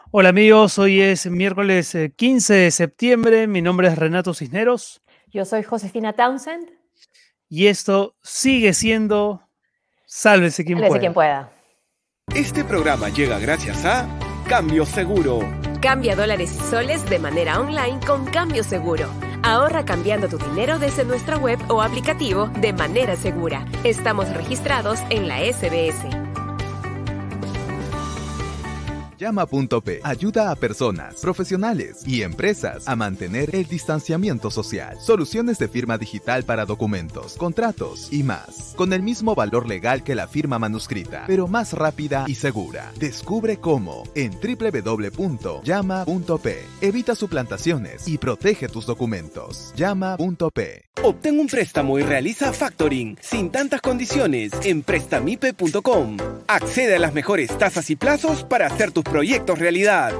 Hola amigos, hoy es miércoles 15 de septiembre, mi nombre es Renato Cisneros Yo soy Josefina Townsend. y esto sigue siendo Sálvese quien Sálvese quien pueda. pueda. Este programa llega gracias a Cambio Seguro. Cambia dólares y soles de manera online con Cambio Seguro. Ahorra cambiando tu dinero desde nuestra web o aplicativo de manera segura. Estamos registrados en la SBS. Llama.p ayuda a personas, profesionales y empresas a mantener el distanciamiento social. Soluciones de firma digital para documentos, contratos y más. Con el mismo valor legal que la firma manuscrita, pero más rápida y segura. Descubre cómo en www.llama.p. Evita suplantaciones y protege tus documentos. Llama.p. Obtén un préstamo y realiza factoring sin tantas condiciones en prestamipe.com. Accede a las mejores tasas y plazos para hacer tus proyectos realidad.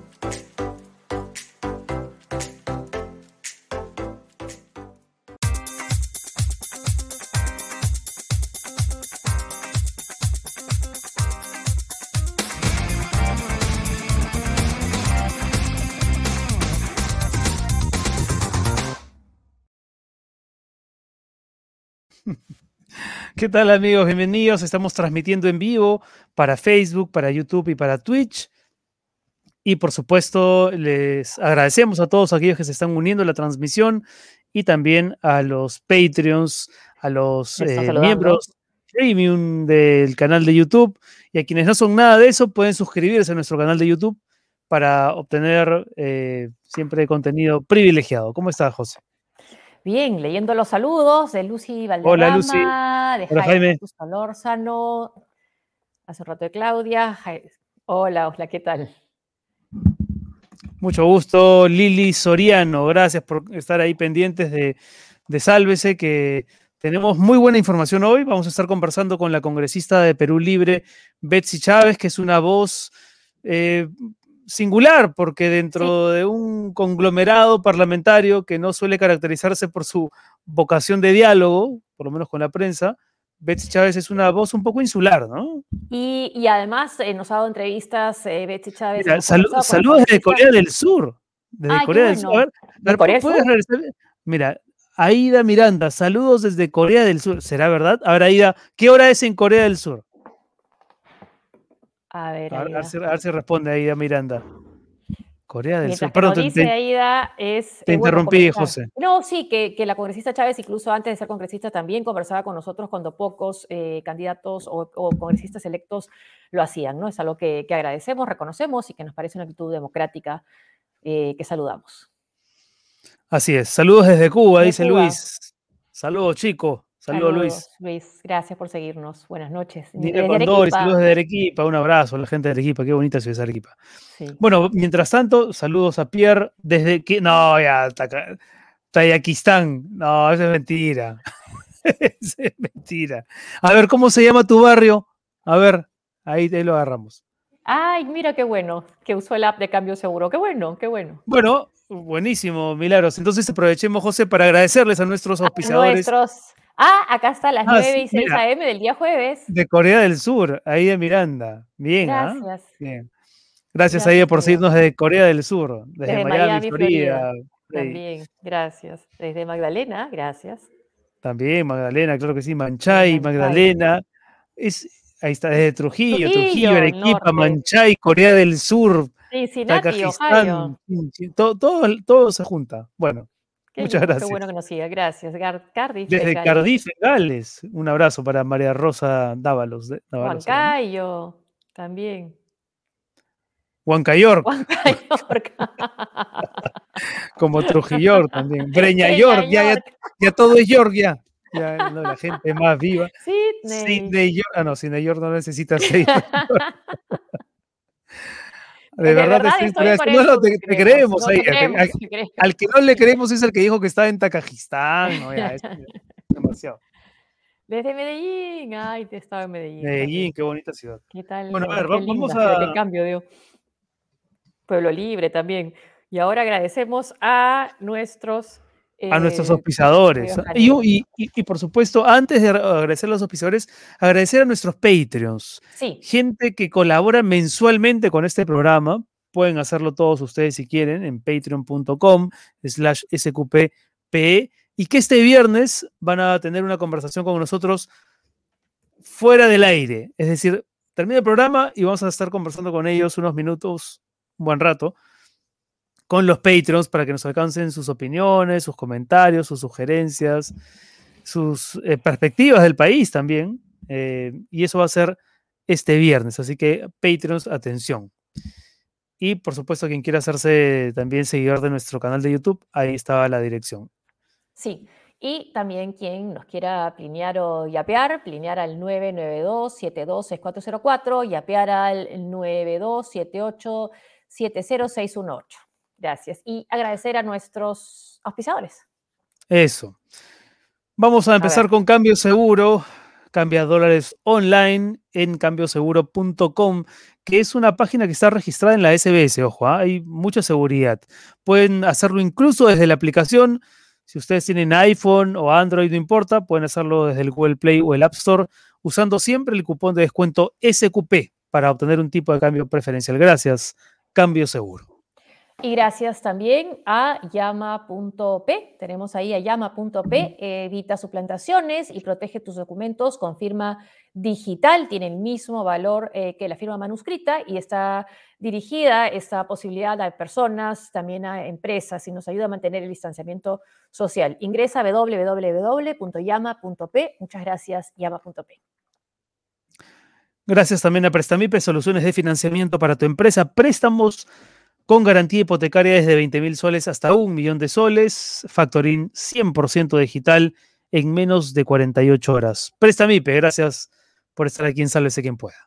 ¿Qué tal amigos? Bienvenidos. Estamos transmitiendo en vivo para Facebook, para YouTube y para Twitch. Y por supuesto, les agradecemos a todos aquellos que se están uniendo a la transmisión y también a los Patreons, a los miembros premium del canal de YouTube. Y a quienes no son nada de eso, pueden suscribirse a nuestro canal de YouTube para obtener siempre contenido privilegiado. ¿Cómo estás, José? Bien, leyendo los saludos de Lucy Valderrama, Hola, Lucy. de Hola, Jaime. Solórzano, hace un rato de Claudia. Hola, ¿qué tal? Mucho gusto, Lili Soriano. Gracias por estar ahí pendientes de Sálvese, que tenemos muy buena información hoy. Vamos a estar conversando con la congresista de Perú Libre, Betsy Chávez, que es una voz singular, porque dentro de un conglomerado parlamentario que no suele caracterizarse por su vocación de diálogo, por lo menos con la prensa, Betsy Chávez es una voz un poco insular, ¿no? Y además nos ha dado entrevistas Betsy Chávez. Mira, saludos desde Corea del Sur. Desde Corea del Sur. A ver, ¿puedes regresar? Mira, Aida Miranda, saludos desde Corea del Sur. ¿Será verdad? A ver, Aida, ¿qué hora es en Corea del Sur? A ver, a ver si responde Aida Miranda. Corea del Sur. Perdón, dice Aida es... Te interrumpí, José. No, sí, que la congresista Chávez, incluso antes de ser congresista, también conversaba con nosotros cuando pocos candidatos o congresistas electos lo hacían, ¿no? Es algo que agradecemos, reconocemos y que nos parece una actitud democrática que saludamos. Así es. Saludos desde Cuba, dice Cuba. Luis. Saludos, chico. Saludos, Luis. Gracias por seguirnos. Buenas noches. Nina Condori, saludos desde Arequipa. Un abrazo a la gente de Arequipa. Qué bonita ciudad es Arequipa. Sí. Bueno, mientras tanto, saludos a Pierre desde... No, ya, Tayakistán. No, eso es mentira. Eso es mentira. A ver, ¿cómo se llama tu barrio? A ver, ahí lo agarramos. Ay, mira qué bueno, que usó el app de Cambio Seguro. Qué bueno, qué bueno. Bueno, buenísimo, Milagros. Entonces aprovechemos, José, para agradecerles a nuestros auspiciadores. Acá está las 9:06 AM del día jueves. De Corea del Sur, Aida Miranda. Bien, gracias. Bien. Gracias, Aida, por seguirnos desde Corea del Sur, desde Miami, Florida. También, gracias. Desde Magdalena, gracias. También, Magdalena, claro que sí. Manchay, Magdalena. Ahí está, desde Trujillo, Arequipa, Manchay, Corea del Sur, Takajistán. Todo se junta. Bueno, muchas gracias. Qué bueno que nos siga. Gracias. Cardiff. Desde Cardiff, en Gales. Un abrazo para María Rosa Dávalos. Huancayo, también. Huancayork. Como Trujillo también. Breña York, ya todo es York, ya. No, la gente más viva. Sydney York. No, Sydney York no necesita seguir. De verdad te creemos ahí. Al que no le creemos es el que dijo que estaba en Takajistán. No, ya, es demasiado. Desde Medellín, ay, te estaba en Medellín. Medellín, qué bonita ciudad. ¿Qué tal? Bueno, a ver, vamos a... cambio de Pueblo Libre también. Y ahora agradecemos a nuestros auspiciadores. Y por supuesto, antes de agradecer a los auspiciadores, agradecer a nuestros Patreons. Sí. Gente que colabora mensualmente con este programa. pueden hacerlo todos ustedes si quieren en patreon.com/sqppe, y que este viernes van a tener una conversación con nosotros fuera del aire. Es decir, termina el programa y vamos a estar conversando con ellos unos minutos, un buen rato, con los Patreons para que nos alcancen sus opiniones, sus comentarios, sus sugerencias, sus perspectivas del país también. Y eso va a ser este viernes. Así que Patreons, atención. Y por supuesto, quien quiera hacerse también seguidor de nuestro canal de YouTube, ahí estaba la dirección. Sí, y también quien nos quiera plinear o yapear al 992-726404, yapear al 9278-70618. Gracias. Y agradecer a nuestros auspiciadores. Eso. Vamos a empezar con Cambio Seguro. Cambia dólares online en cambioseguro.com, que es una página que está registrada en la SBS. Ojo, hay mucha seguridad. Pueden hacerlo incluso desde la aplicación. Si ustedes tienen iPhone o Android, no importa, pueden hacerlo desde el Google Play o el App Store, usando siempre el cupón de descuento SQP para obtener un tipo de cambio preferencial. Gracias, Cambio Seguro. Y gracias también a Llama.p. Tenemos ahí a Llama.p. Evita suplantaciones y protege tus documentos con firma digital. Tiene el mismo valor que la firma manuscrita y está dirigida esta posibilidad a personas, también a empresas, y nos ayuda a mantener el distanciamiento social. Ingresa a www.llama.p. Muchas gracias, Llama.p. Gracias también a Prestamipe, soluciones de financiamiento para tu empresa. Préstamos con garantía hipotecaria desde 20.000 soles hasta 1 millón de soles. Factoring 100% digital en menos de 48 horas. Prestamipe, gracias por estar aquí en Sálvese quien pueda.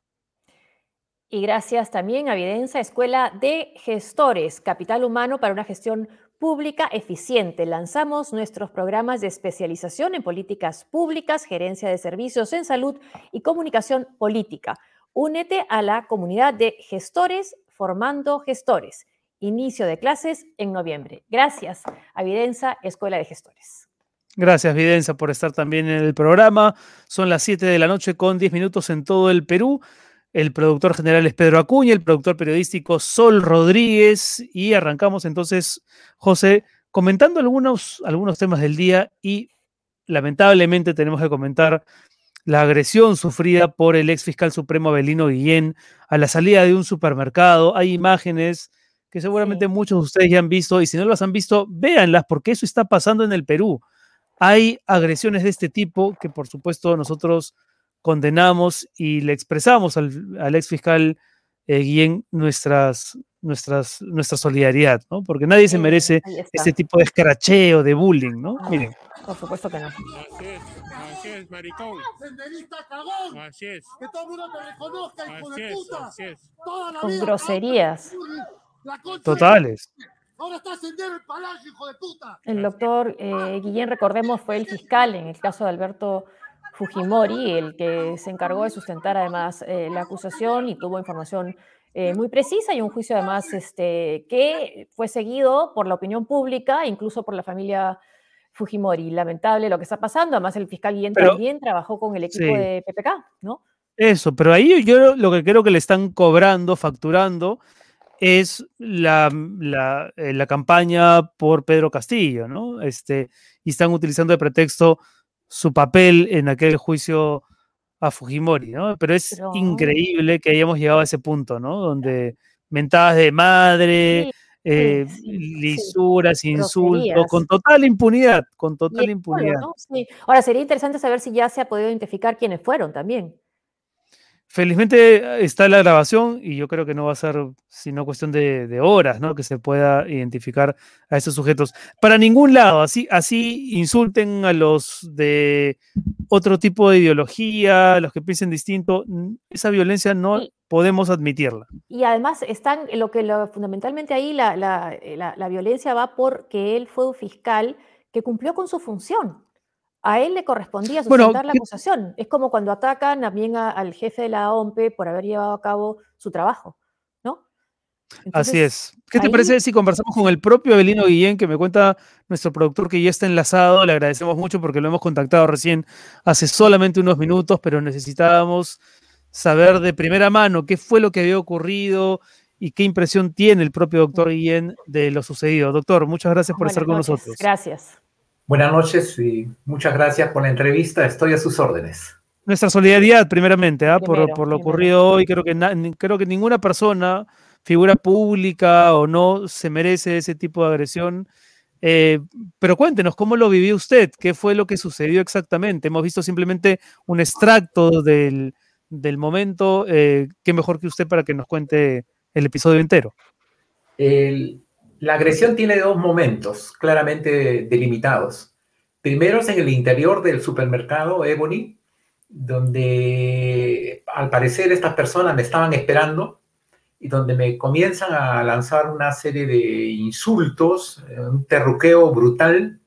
Y gracias también a Videncia, Escuela de Gestores, capital humano para una gestión pública eficiente. Lanzamos nuestros programas de especialización en políticas públicas, gerencia de servicios en salud y comunicación política. Únete a la comunidad de gestores formando gestores. Inicio de clases en noviembre. Gracias a Videncia, Escuela de Gestores. Gracias, Videncia, por estar también en el programa. Son las 7 de la noche con 10 minutos en todo el Perú. El productor general es Pedro Acuña, el productor periodístico Sol Rodríguez, y arrancamos entonces, José, comentando algunos temas del día, y lamentablemente tenemos que comentar la agresión sufrida por el ex fiscal supremo Avelino Guillén a la salida de un supermercado. Hay imágenes que seguramente muchos de ustedes ya han visto, y si no las han visto, véanlas, porque eso está pasando en el Perú. Hay agresiones de este tipo que, por supuesto, nosotros condenamos y le expresamos al ex fiscal Guillén nuestra solidaridad, ¿no? Porque nadie se merece este tipo de escracheo, de bullying, ¿no? Miren. Por supuesto que no. Así es, maricón. Senderista cagón. Así es. Que todo el mundo te reconozca, hijo de puta. Así es. Toda la Con vida, groserías. Totales. Ahora está Sendero el palacio, hijo de puta. El doctor Guillén, recordemos, fue el fiscal en el caso de Alberto Fujimori, el que se encargó de sustentar además la acusación, y tuvo información muy precisa, y un juicio además que fue seguido por la opinión pública, incluso por la familia Fujimori. Lamentable lo que está pasando. Además, el fiscal Guillén también trabajó con el equipo de PPK, ¿no? Eso, pero ahí yo lo que creo que le están cobrando, facturando, es la campaña por Pedro Castillo, ¿no? Y están utilizando de pretexto su papel en aquel juicio a Fujimori, ¿no? Pero es increíble que hayamos llegado a ese punto, ¿no? Donde mentadas de madre, lisuras, insultos, con total impunidad, ¿no? Sí. Ahora, sería interesante saber si ya se ha podido identificar quiénes fueron también. Felizmente está la grabación, y yo creo que no va a ser sino cuestión de horas, ¿no? Que se pueda identificar a esos sujetos. Para ningún lado, así insulten a los de otro tipo de ideología, los que piensen distinto, esa violencia no podemos admitirla. Y además fundamentalmente ahí la violencia va porque él fue un fiscal que cumplió con su función. A él le correspondía sustentar la acusación. Es como cuando atacan también al jefe de la OMPE por haber llevado a cabo su trabajo, ¿no? Entonces, así es. ¿Qué te parece si conversamos con el propio Avelino Guillén, que me cuenta nuestro productor que ya está enlazado? Le agradecemos mucho porque lo hemos contactado recién hace solamente unos minutos, pero necesitábamos saber de primera mano qué fue lo que había ocurrido y qué impresión tiene el propio doctor Guillén de lo sucedido. Doctor, muchas gracias por estar con nosotros. Gracias. Buenas noches y muchas gracias por la entrevista. Estoy a sus órdenes. Nuestra solidaridad, primeramente, por lo Primero. ocurrido hoy. Creo que ninguna persona, figura pública o no, se merece ese tipo de agresión. Pero cuéntenos, ¿cómo lo vivió usted? ¿Qué fue lo que sucedió exactamente? Hemos visto simplemente un extracto del momento. ¿Qué mejor que usted para que nos cuente el episodio entero? La agresión tiene dos momentos claramente delimitados. Primero es en el interior del supermercado Ebony, donde al parecer estas personas me estaban esperando y donde me comienzan a lanzar una serie de insultos, un terruqueo brutal,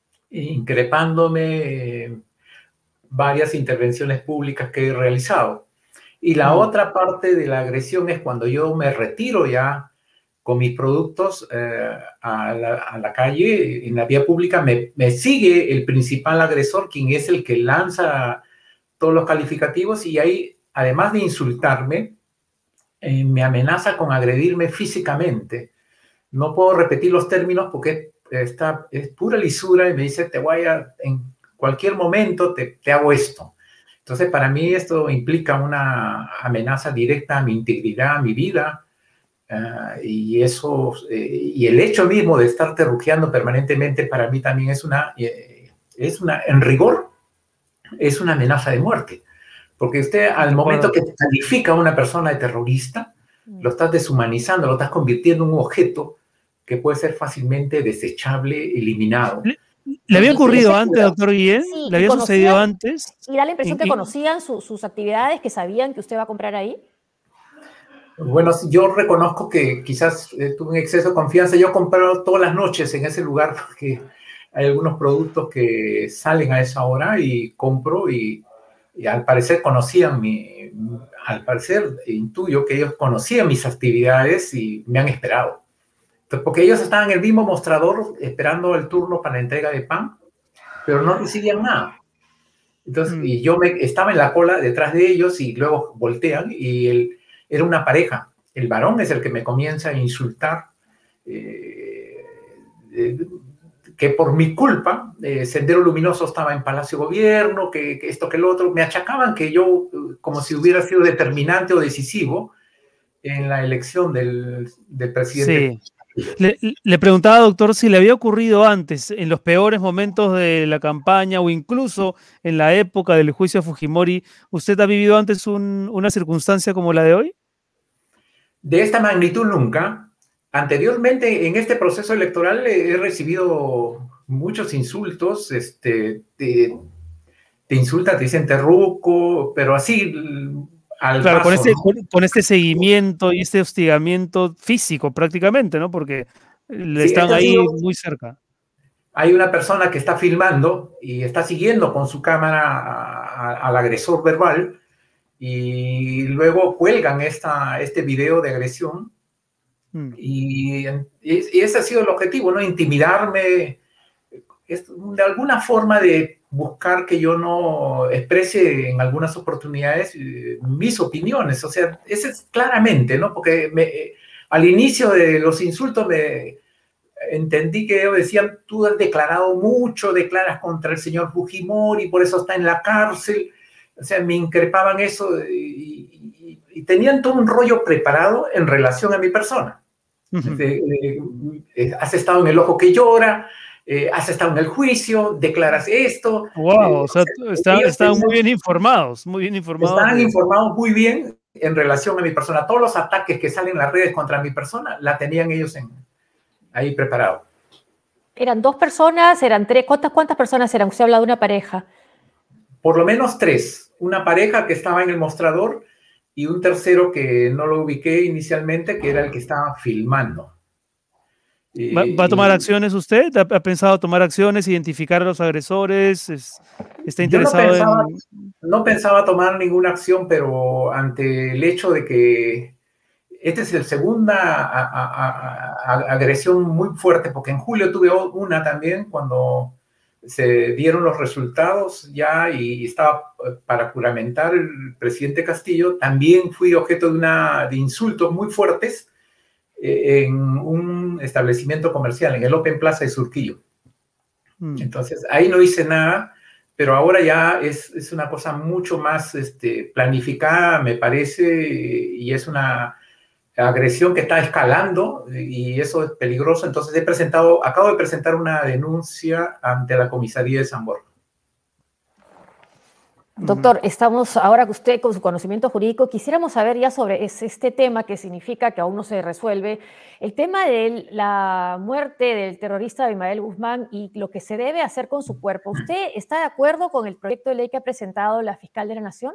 increpándome varias intervenciones públicas que he realizado. Y la otra parte de la agresión es cuando yo me retiro ya con mis productos a la calle, en la vía pública, me sigue el principal agresor, quien es el que lanza todos los calificativos, y ahí, además de insultarme, me amenaza con agredirme físicamente. No puedo repetir los términos porque es pura lisura, y me dice, en cualquier momento te hago esto. Entonces, para mí esto implica una amenaza directa a mi integridad, a mi vida, y eso, y el hecho mismo de estar terruqueando permanentemente para mí también en rigor, es una amenaza de muerte. Porque usted, al momento que califica a una persona de terrorista, lo estás deshumanizando, lo estás convirtiendo en un objeto que puede ser fácilmente desechable, eliminado. ¿Le había ocurrido antes, doctor Guillén? Sí, ¿Le había sucedido antes? Y da la impresión que conocían sus actividades, que sabían que usted va a comprar ahí. Bueno, yo reconozco que quizás tuve un exceso de confianza. Yo he comprado todas las noches en ese lugar porque hay algunos productos que salen a esa hora y compro, y al parecer al parecer intuyo que ellos conocían mis actividades y me han esperado. Entonces, porque ellos estaban en el mismo mostrador esperando el turno para la entrega de pan, pero no recibían nada. Entonces, y yo estaba en la cola detrás de ellos, y luego voltean y era una pareja. El varón es el que me comienza a insultar, que por mi culpa Sendero Luminoso estaba en Palacio Gobierno, que esto, que lo otro. Me achacaban que yo, como si hubiera sido determinante o decisivo en la elección del presidente. Sí. Le preguntaba, doctor, si le había ocurrido antes, en los peores momentos de la campaña o incluso en la época del juicio a Fujimori. ¿Usted ha vivido antes una circunstancia como la de hoy? De esta magnitud nunca. Anteriormente, en este proceso electoral, he recibido muchos insultos. Te insultan, te dicen terruco, pero así al claro, paso, con este seguimiento y este hostigamiento físico prácticamente, ¿no? Porque están ahí muy cerca. Hay una persona que está filmando y está siguiendo con su cámara al agresor verbal, y luego cuelgan este video de agresión. Y ese ha sido el objetivo, ¿no? Intimidarme, de alguna forma de buscar que yo no exprese en algunas oportunidades mis opiniones. O sea, ese es claramente, ¿no? Porque al inicio de los insultos entendí que ellos decían, tú has declarado mucho, declaras contra el señor Fujimori, por eso está en la cárcel. O sea, me increpaban eso, y tenían todo un rollo preparado en relación a mi persona. Has estado en el ojo que llora, has estado en el juicio, declaras esto. Wow, o sea, estaban muy bien informados, Estaban informados muy bien en relación a mi persona. Todos los ataques que salen en las redes contra mi persona, la tenían ellos ahí preparado. ¿Eran 2 personas? ¿Eran 3? ¿Cuántas personas eran? Usted habla de una pareja. Por lo menos 3. Una pareja que estaba en el mostrador y un tercero que no lo ubiqué inicialmente, que era el que estaba filmando. ¿Va a tomar acciones usted? ¿Ha pensado tomar acciones, identificar a los agresores? ¿Está interesado no pensaba tomar ninguna acción, pero ante el hecho de que esta es la segunda agresión muy fuerte, porque en julio tuve una también cuando se dieron los resultados ya y estaba para juramentar el presidente Castillo. También fui objeto de insultos muy fuertes en un establecimiento comercial, en el Open Plaza de Surquillo. Entonces, ahí no hice nada, pero ahora ya es una cosa mucho más planificada, me parece, y es una agresión que está escalando y eso es peligroso. Entonces acabo de presentar una denuncia ante la comisaría de San Borja. Doctor, estamos ahora que usted con su conocimiento jurídico, quisiéramos saber ya sobre este tema que significa que aún no se resuelve, el tema de la muerte del terrorista Abimael Guzmán y lo que se debe hacer con su cuerpo. ¿Usted está de acuerdo con el proyecto de ley que ha presentado la fiscal de la Nación?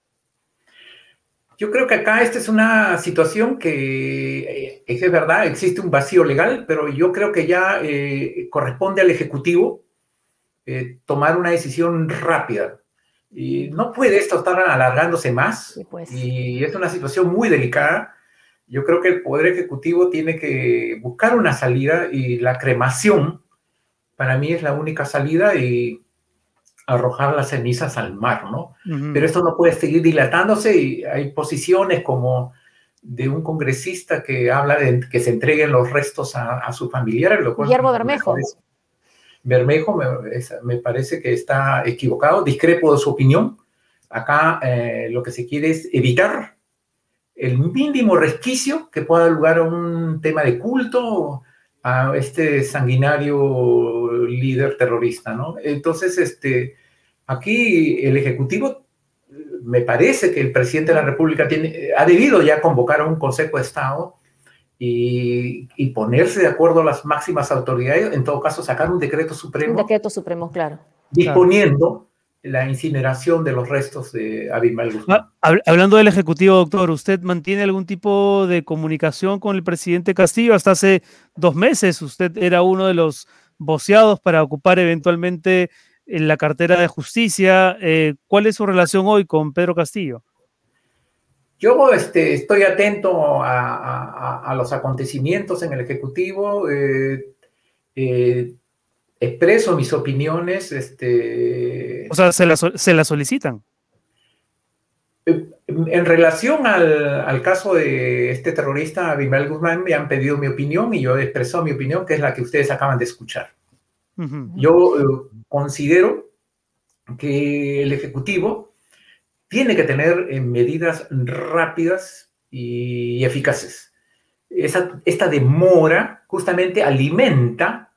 Yo creo que acá esta es una situación que es verdad, existe un vacío legal, pero yo creo que ya corresponde al Ejecutivo tomar una decisión rápida. Y no puede esto estar alargándose más, Sí, pues. y es una situación muy delicada. Yo creo que el Poder Ejecutivo tiene que buscar una salida y la cremación para mí es la única salida y arrojar las cenizas al mar, ¿no? Pero esto no puede seguir dilatándose y hay posiciones como de un congresista que habla de que se entreguen los restos a sus familiares. Guillermo Bermejo. Bermejo me parece que está equivocado, discrepo de su opinión. Acá lo que se quiere es evitar el mínimo resquicio que pueda dar lugar a un tema de culto a este sanguinario líder terrorista, ¿no? Entonces, aquí el Ejecutivo, me parece que el presidente de la República ha debido ya convocar a un Consejo de Estado y ponerse de acuerdo a las máximas autoridades, en todo caso sacar un decreto supremo. Un decreto supremo, claro. Disponiendo la incineración de los restos de Abimael Guzmán. Hablando del Ejecutivo, doctor, ¿usted mantiene algún tipo de comunicación con el presidente Castillo? Hasta hace 2 meses usted era uno de los voceados para ocupar eventualmente en la cartera de justicia. ¿Cuál es su relación hoy con Pedro Castillo? Yo estoy atento a los acontecimientos en el Ejecutivo, expreso mis opiniones. O sea, ¿se la solicitan? En relación al caso de este terrorista, Abimael Guzmán, me han pedido mi opinión y yo he expresado mi opinión, que es la que ustedes acaban de escuchar. Yo considero que el Ejecutivo tiene que tener medidas rápidas y eficaces. Esta demora justamente alimenta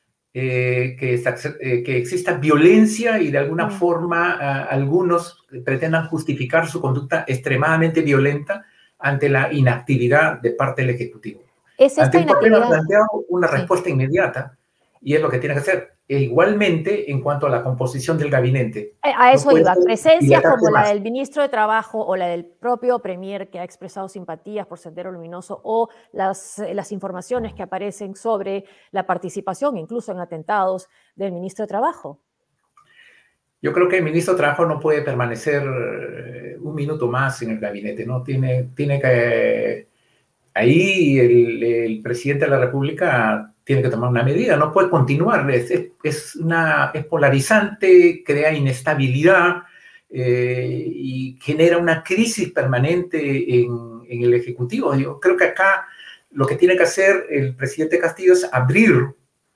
que exista violencia y de alguna forma algunos pretendan justificar su conducta extremadamente violenta ante la inactividad de parte del Ejecutivo. Ante un problema planteado, una respuesta inmediata, y es lo que tiene que hacer. E igualmente, en cuanto a la composición del gabinete. A eso iba. Presencias como la del ministro de Trabajo o la del propio premier, que ha expresado simpatías por Sendero Luminoso, o las informaciones que aparecen sobre la participación, incluso en atentados, del ministro de Trabajo. Yo creo que el ministro de Trabajo no puede permanecer un minuto más en el gabinete, ¿no? Tiene que... Ahí el presidente de la República tiene que tomar una medida, no puede continuar, es polarizante, crea inestabilidad y genera una crisis permanente en el Ejecutivo. Yo creo que acá lo que tiene que hacer el presidente Castillo es abrir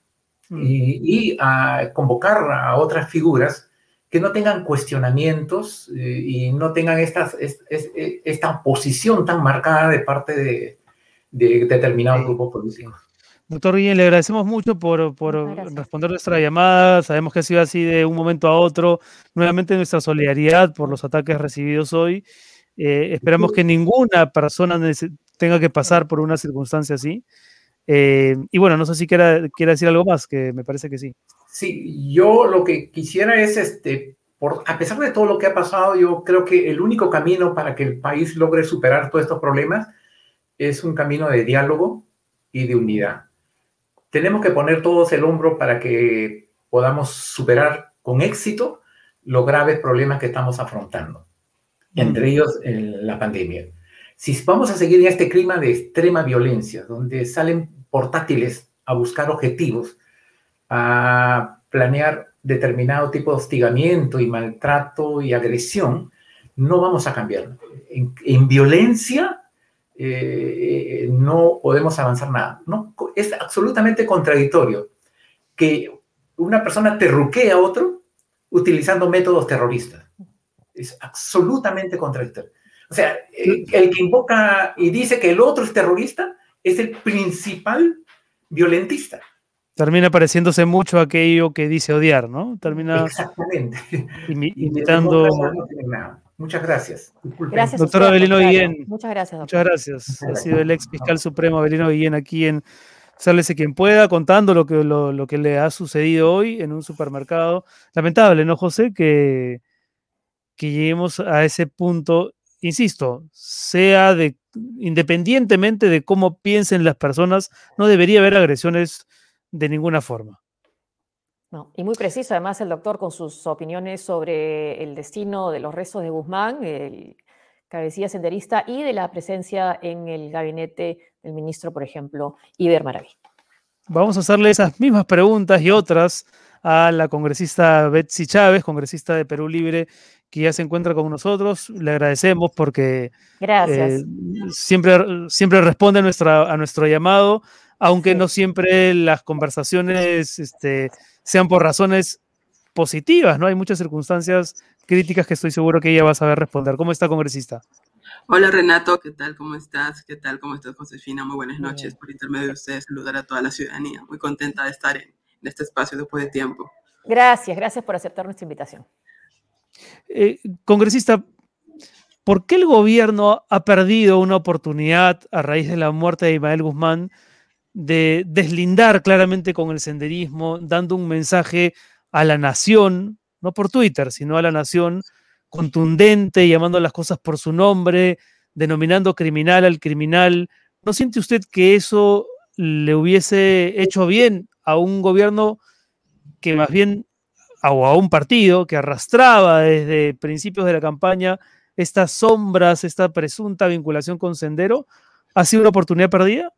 y convocar a otras figuras que no tengan cuestionamientos y no tengan esta oposición tan marcada de parte de determinados grupos políticos. Doctor Guillén, le agradecemos mucho por responder nuestra llamada. Sabemos que ha sido así de un momento a otro. Nuevamente nuestra solidaridad por los ataques recibidos hoy. Esperamos que ninguna persona tenga que pasar por una circunstancia así. Y bueno, no sé si quiera decir algo más, que me parece que sí. Sí, yo lo que quisiera es, a pesar de todo lo que ha pasado, yo creo que el único camino para que el país logre superar todos estos problemas es un camino de diálogo y de unidad. Tenemos que poner todos el hombro para que podamos superar con éxito los graves problemas que estamos afrontando, entre ellos la pandemia. Si vamos a seguir en este clima de extrema violencia, donde salen portátiles a buscar objetivos, a planear determinado tipo de hostigamiento y maltrato y agresión, no vamos a cambiar. En violencia no podemos avanzar nada. ¿No? Es absolutamente contradictorio que una persona terruquee a otro utilizando métodos terroristas. Es absolutamente contradictorio. O sea, el que invoca y dice que el otro es terrorista es el principal violentista. Termina pareciéndose mucho a aquello que dice odiar, ¿no? Termina exactamente imitando. No tiene nada. Muchas gracias. Disculpen. Gracias, doctor Avelino Guillén. Muchas gracias, doctor. Muchas gracias. Ha sido el ex fiscal supremo Avelino Guillén aquí en Sálvese quien pueda, contando lo que le ha sucedido hoy en un supermercado. Lamentable, ¿no, José? Que lleguemos a ese punto, insisto, independientemente de cómo piensen las personas, no debería haber agresiones de ninguna forma. No, y muy preciso, además, el doctor con sus opiniones sobre el destino de los restos de Guzmán, el cabecilla senderista, y de la presencia en el gabinete del ministro, por ejemplo, Iber Maraví. Vamos a hacerle esas mismas preguntas y otras a la congresista Betsy Chávez, congresista de Perú Libre, que ya se encuentra con nosotros. Le agradecemos porque siempre responde a nuestro llamado, aunque no siempre las conversaciones sean por razones positivas, ¿no? Hay muchas circunstancias críticas que estoy seguro que ella va a saber responder. ¿Cómo está, congresista? Hola, Renato, ¿qué tal? ¿Cómo estás? ¿Qué tal? ¿Cómo estás, Josefina? Muy buenas noches. Por intermedio de ustedes, saludar a toda la ciudadanía. Muy contenta de estar en este espacio después de tiempo. Gracias por aceptar nuestra invitación. Congresista, ¿por qué el gobierno ha perdido una oportunidad a raíz de la muerte de Ismael Guzmán de deslindar claramente con el senderismo, dando un mensaje a la nación, no por Twitter, sino a la nación, contundente, llamando las cosas por su nombre, denominando criminal al criminal? ¿No siente usted que eso le hubiese hecho bien a un gobierno que más bien, o a un partido que arrastraba desde principios de la campaña estas sombras, esta presunta vinculación con Sendero? ¿Ha sido una oportunidad perdida?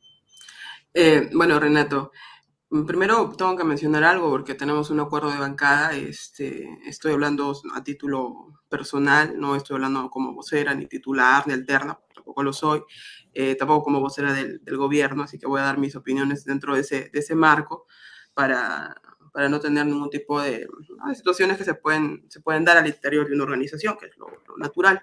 Bueno, Renato, primero tengo que mencionar algo porque tenemos un acuerdo de bancada. Estoy hablando a título personal, no estoy hablando como vocera, ni titular, ni alterna, tampoco lo soy, tampoco como vocera del gobierno, así que voy a dar mis opiniones dentro de ese marco para no tener ningún tipo de situaciones que se pueden dar al interior de una organización, que es lo natural.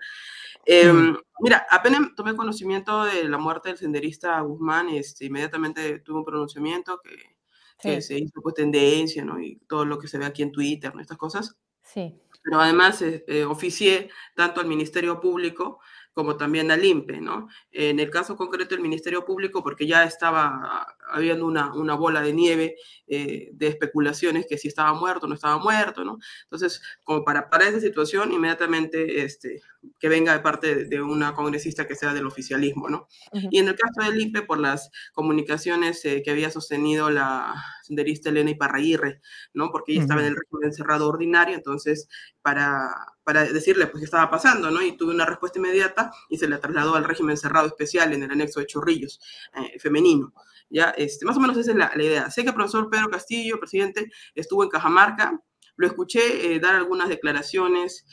Mira, apenas tomé conocimiento de la muerte del senderista Guzmán, inmediatamente tuve un pronunciamiento que se hizo pues tendencia, ¿no? Y todo lo que se ve aquí en Twitter, ¿no? Estas cosas. Sí. Pero además oficié tanto al Ministerio Público como también al INPE, ¿no? En el caso concreto del Ministerio Público, porque ya estaba habiendo una bola de nieve de especulaciones que si estaba muerto o no estaba muerto, ¿no? Entonces, como para esa situación, inmediatamente que venga de parte de una congresista que sea del oficialismo, ¿no? Y en el caso del INPE, por las comunicaciones que había sostenido la senderista Elena Iparraguirre, ¿no? Porque ella estaba en el régimen cerrado ordinario, entonces, para decirle pues qué estaba pasando, ¿no? Y tuve una respuesta inmediata y se le trasladó al régimen cerrado especial en el anexo de Chorrillos, femenino. Ya, más o menos esa es la idea. Sé que el profesor Pedro Castillo, presidente, estuvo en Cajamarca, lo escuché dar algunas declaraciones.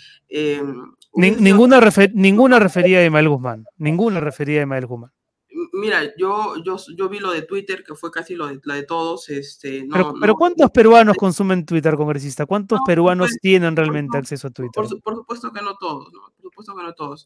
Ninguna refería a Ismael Guzmán, ninguna refería a Ismael Guzmán. Mira, yo vi lo de Twitter, que fue casi la de todos. Pero ¿cuántos peruanos consumen Twitter, congresista? ¿Cuántos peruanos tienen realmente acceso a Twitter? Por supuesto que no todos, ¿no? Por supuesto que no todos.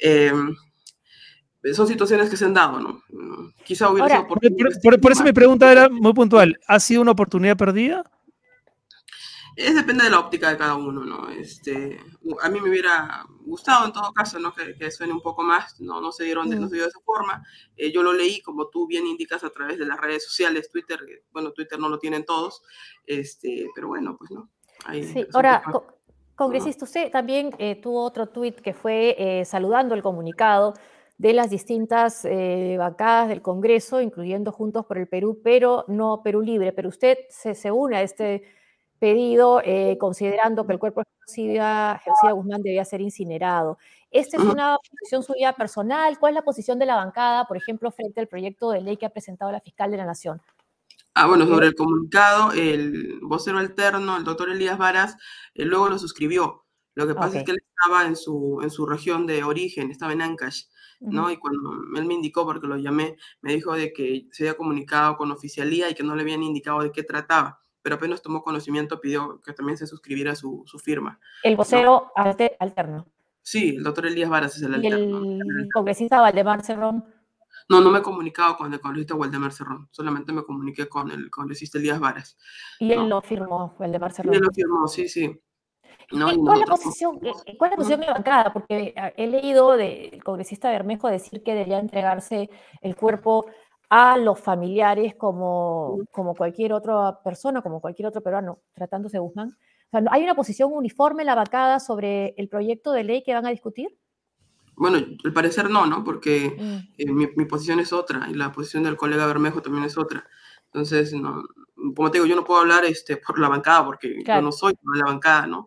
Son situaciones que se han dado, ¿no? Quizá hubiera sido por eso mi pregunta era muy puntual. ¿Ha sido una oportunidad perdida? Depende de la óptica de cada uno, ¿no? A mí me hubiera gustado en todo caso, ¿no? Que suene un poco más, no se dio de esa forma. Yo lo leí, como tú bien indicas, a través de las redes sociales, Twitter. Bueno, Twitter no lo tienen todos, pero bueno, pues no. Sí, ahora, congresista, usted también tuvo otro tuit que fue saludando el comunicado de las distintas bancadas del Congreso, incluyendo Juntos por el Perú, pero no Perú Libre. Pero usted se une a este pedido considerando que el cuerpo de Genocida Guzmán debía ser incinerado. ¿Esta es una posición suya personal? ¿Cuál es la posición de la bancada, por ejemplo, frente al proyecto de ley que ha presentado la fiscal de la Nación? Bueno, sobre el comunicado, el vocero alterno, el doctor Elías Varas, luego lo suscribió. Lo que pasa es que él estaba en su región de origen, estaba en Ancash. ¿no? Y cuando él me indicó, porque lo llamé, me dijo de que se había comunicado con oficialía y que no le habían indicado de qué trataba, pero apenas tomó conocimiento pidió que también se suscribiera su firma. El vocero alterno. Sí, el doctor Elías Varas es el ¿Y alterno. el congresista Valdemar Cerrón? No me he comunicado con el congresista Waldemar Cerrón, solamente me comuniqué con el congresista Elías Varas. Y él lo firmó, Valdemar Cerrón. Y él lo firmó, sí. ¿No? ¿Cuál es la posición de la bancada? Porque he leído del congresista Bermejo decir que debería entregarse el cuerpo a los familiares como cualquier otra persona, como cualquier otro peruano, tratándose de Guzmán. O sea, ¿hay una posición uniforme en la bancada sobre el proyecto de ley que van a discutir? Bueno, al parecer no, porque mi posición es otra y la posición del colega Bermejo también es otra. Entonces, no, como te digo, yo no puedo hablar por la bancada porque yo no soy de la bancada, ¿no?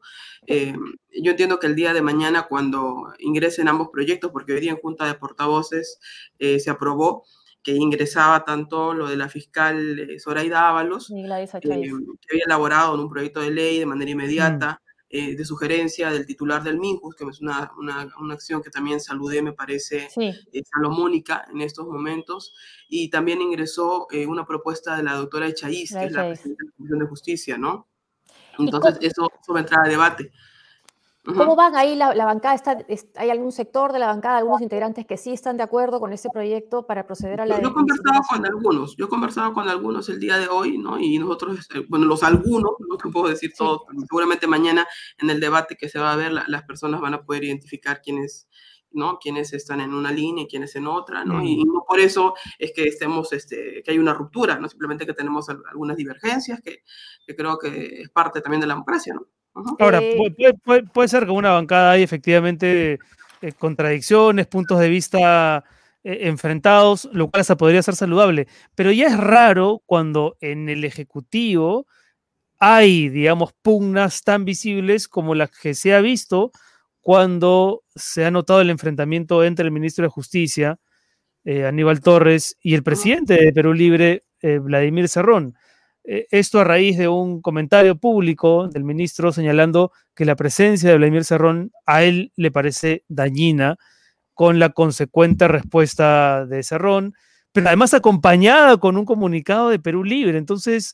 Yo entiendo que el día de mañana, cuando ingresen ambos proyectos, porque hoy día en Junta de Portavoces se aprobó que ingresaba tanto lo de la fiscal Zoraida Ábalos, que había elaborado en un proyecto de ley de manera inmediata, de sugerencia del titular del MINJUS, que es una acción que también saludé, me parece salomónica en estos momentos, y también ingresó una propuesta de la doctora Echaíz, que es la presidenta de la Comisión de Justicia, ¿no? Entonces, eso va a entrar a debate. ¿Cómo van ahí la bancada? ¿Hay algún sector de la bancada, algunos integrantes que sí están de acuerdo con ese proyecto para proceder a la... Yo he conversado con algunos el día de hoy, ¿no? Y nosotros, los algunos, no te puedo decir todos, pero seguramente mañana en el debate que se va a ver, las personas van a poder identificar quiénes están en una línea y quiénes en otra, ¿no? Y no por eso es que que hay una ruptura, ¿no? Simplemente que tenemos algunas divergencias que creo que es parte también de la democracia, ¿no? Ahora, puede ser que una bancada hay efectivamente contradicciones, puntos de vista enfrentados, lo cual hasta podría ser saludable, pero ya es raro cuando en el Ejecutivo hay, digamos, pugnas tan visibles como las que se ha visto cuando se ha notado el enfrentamiento entre el ministro de Justicia, Aníbal Torres, y el presidente de Perú Libre, Vladimir Cerrón. Esto a raíz de un comentario público del ministro señalando que la presencia de Vladimir Cerrón a él le parece dañina, con la consecuente respuesta de Cerrón, pero además acompañada con un comunicado de Perú Libre. Entonces,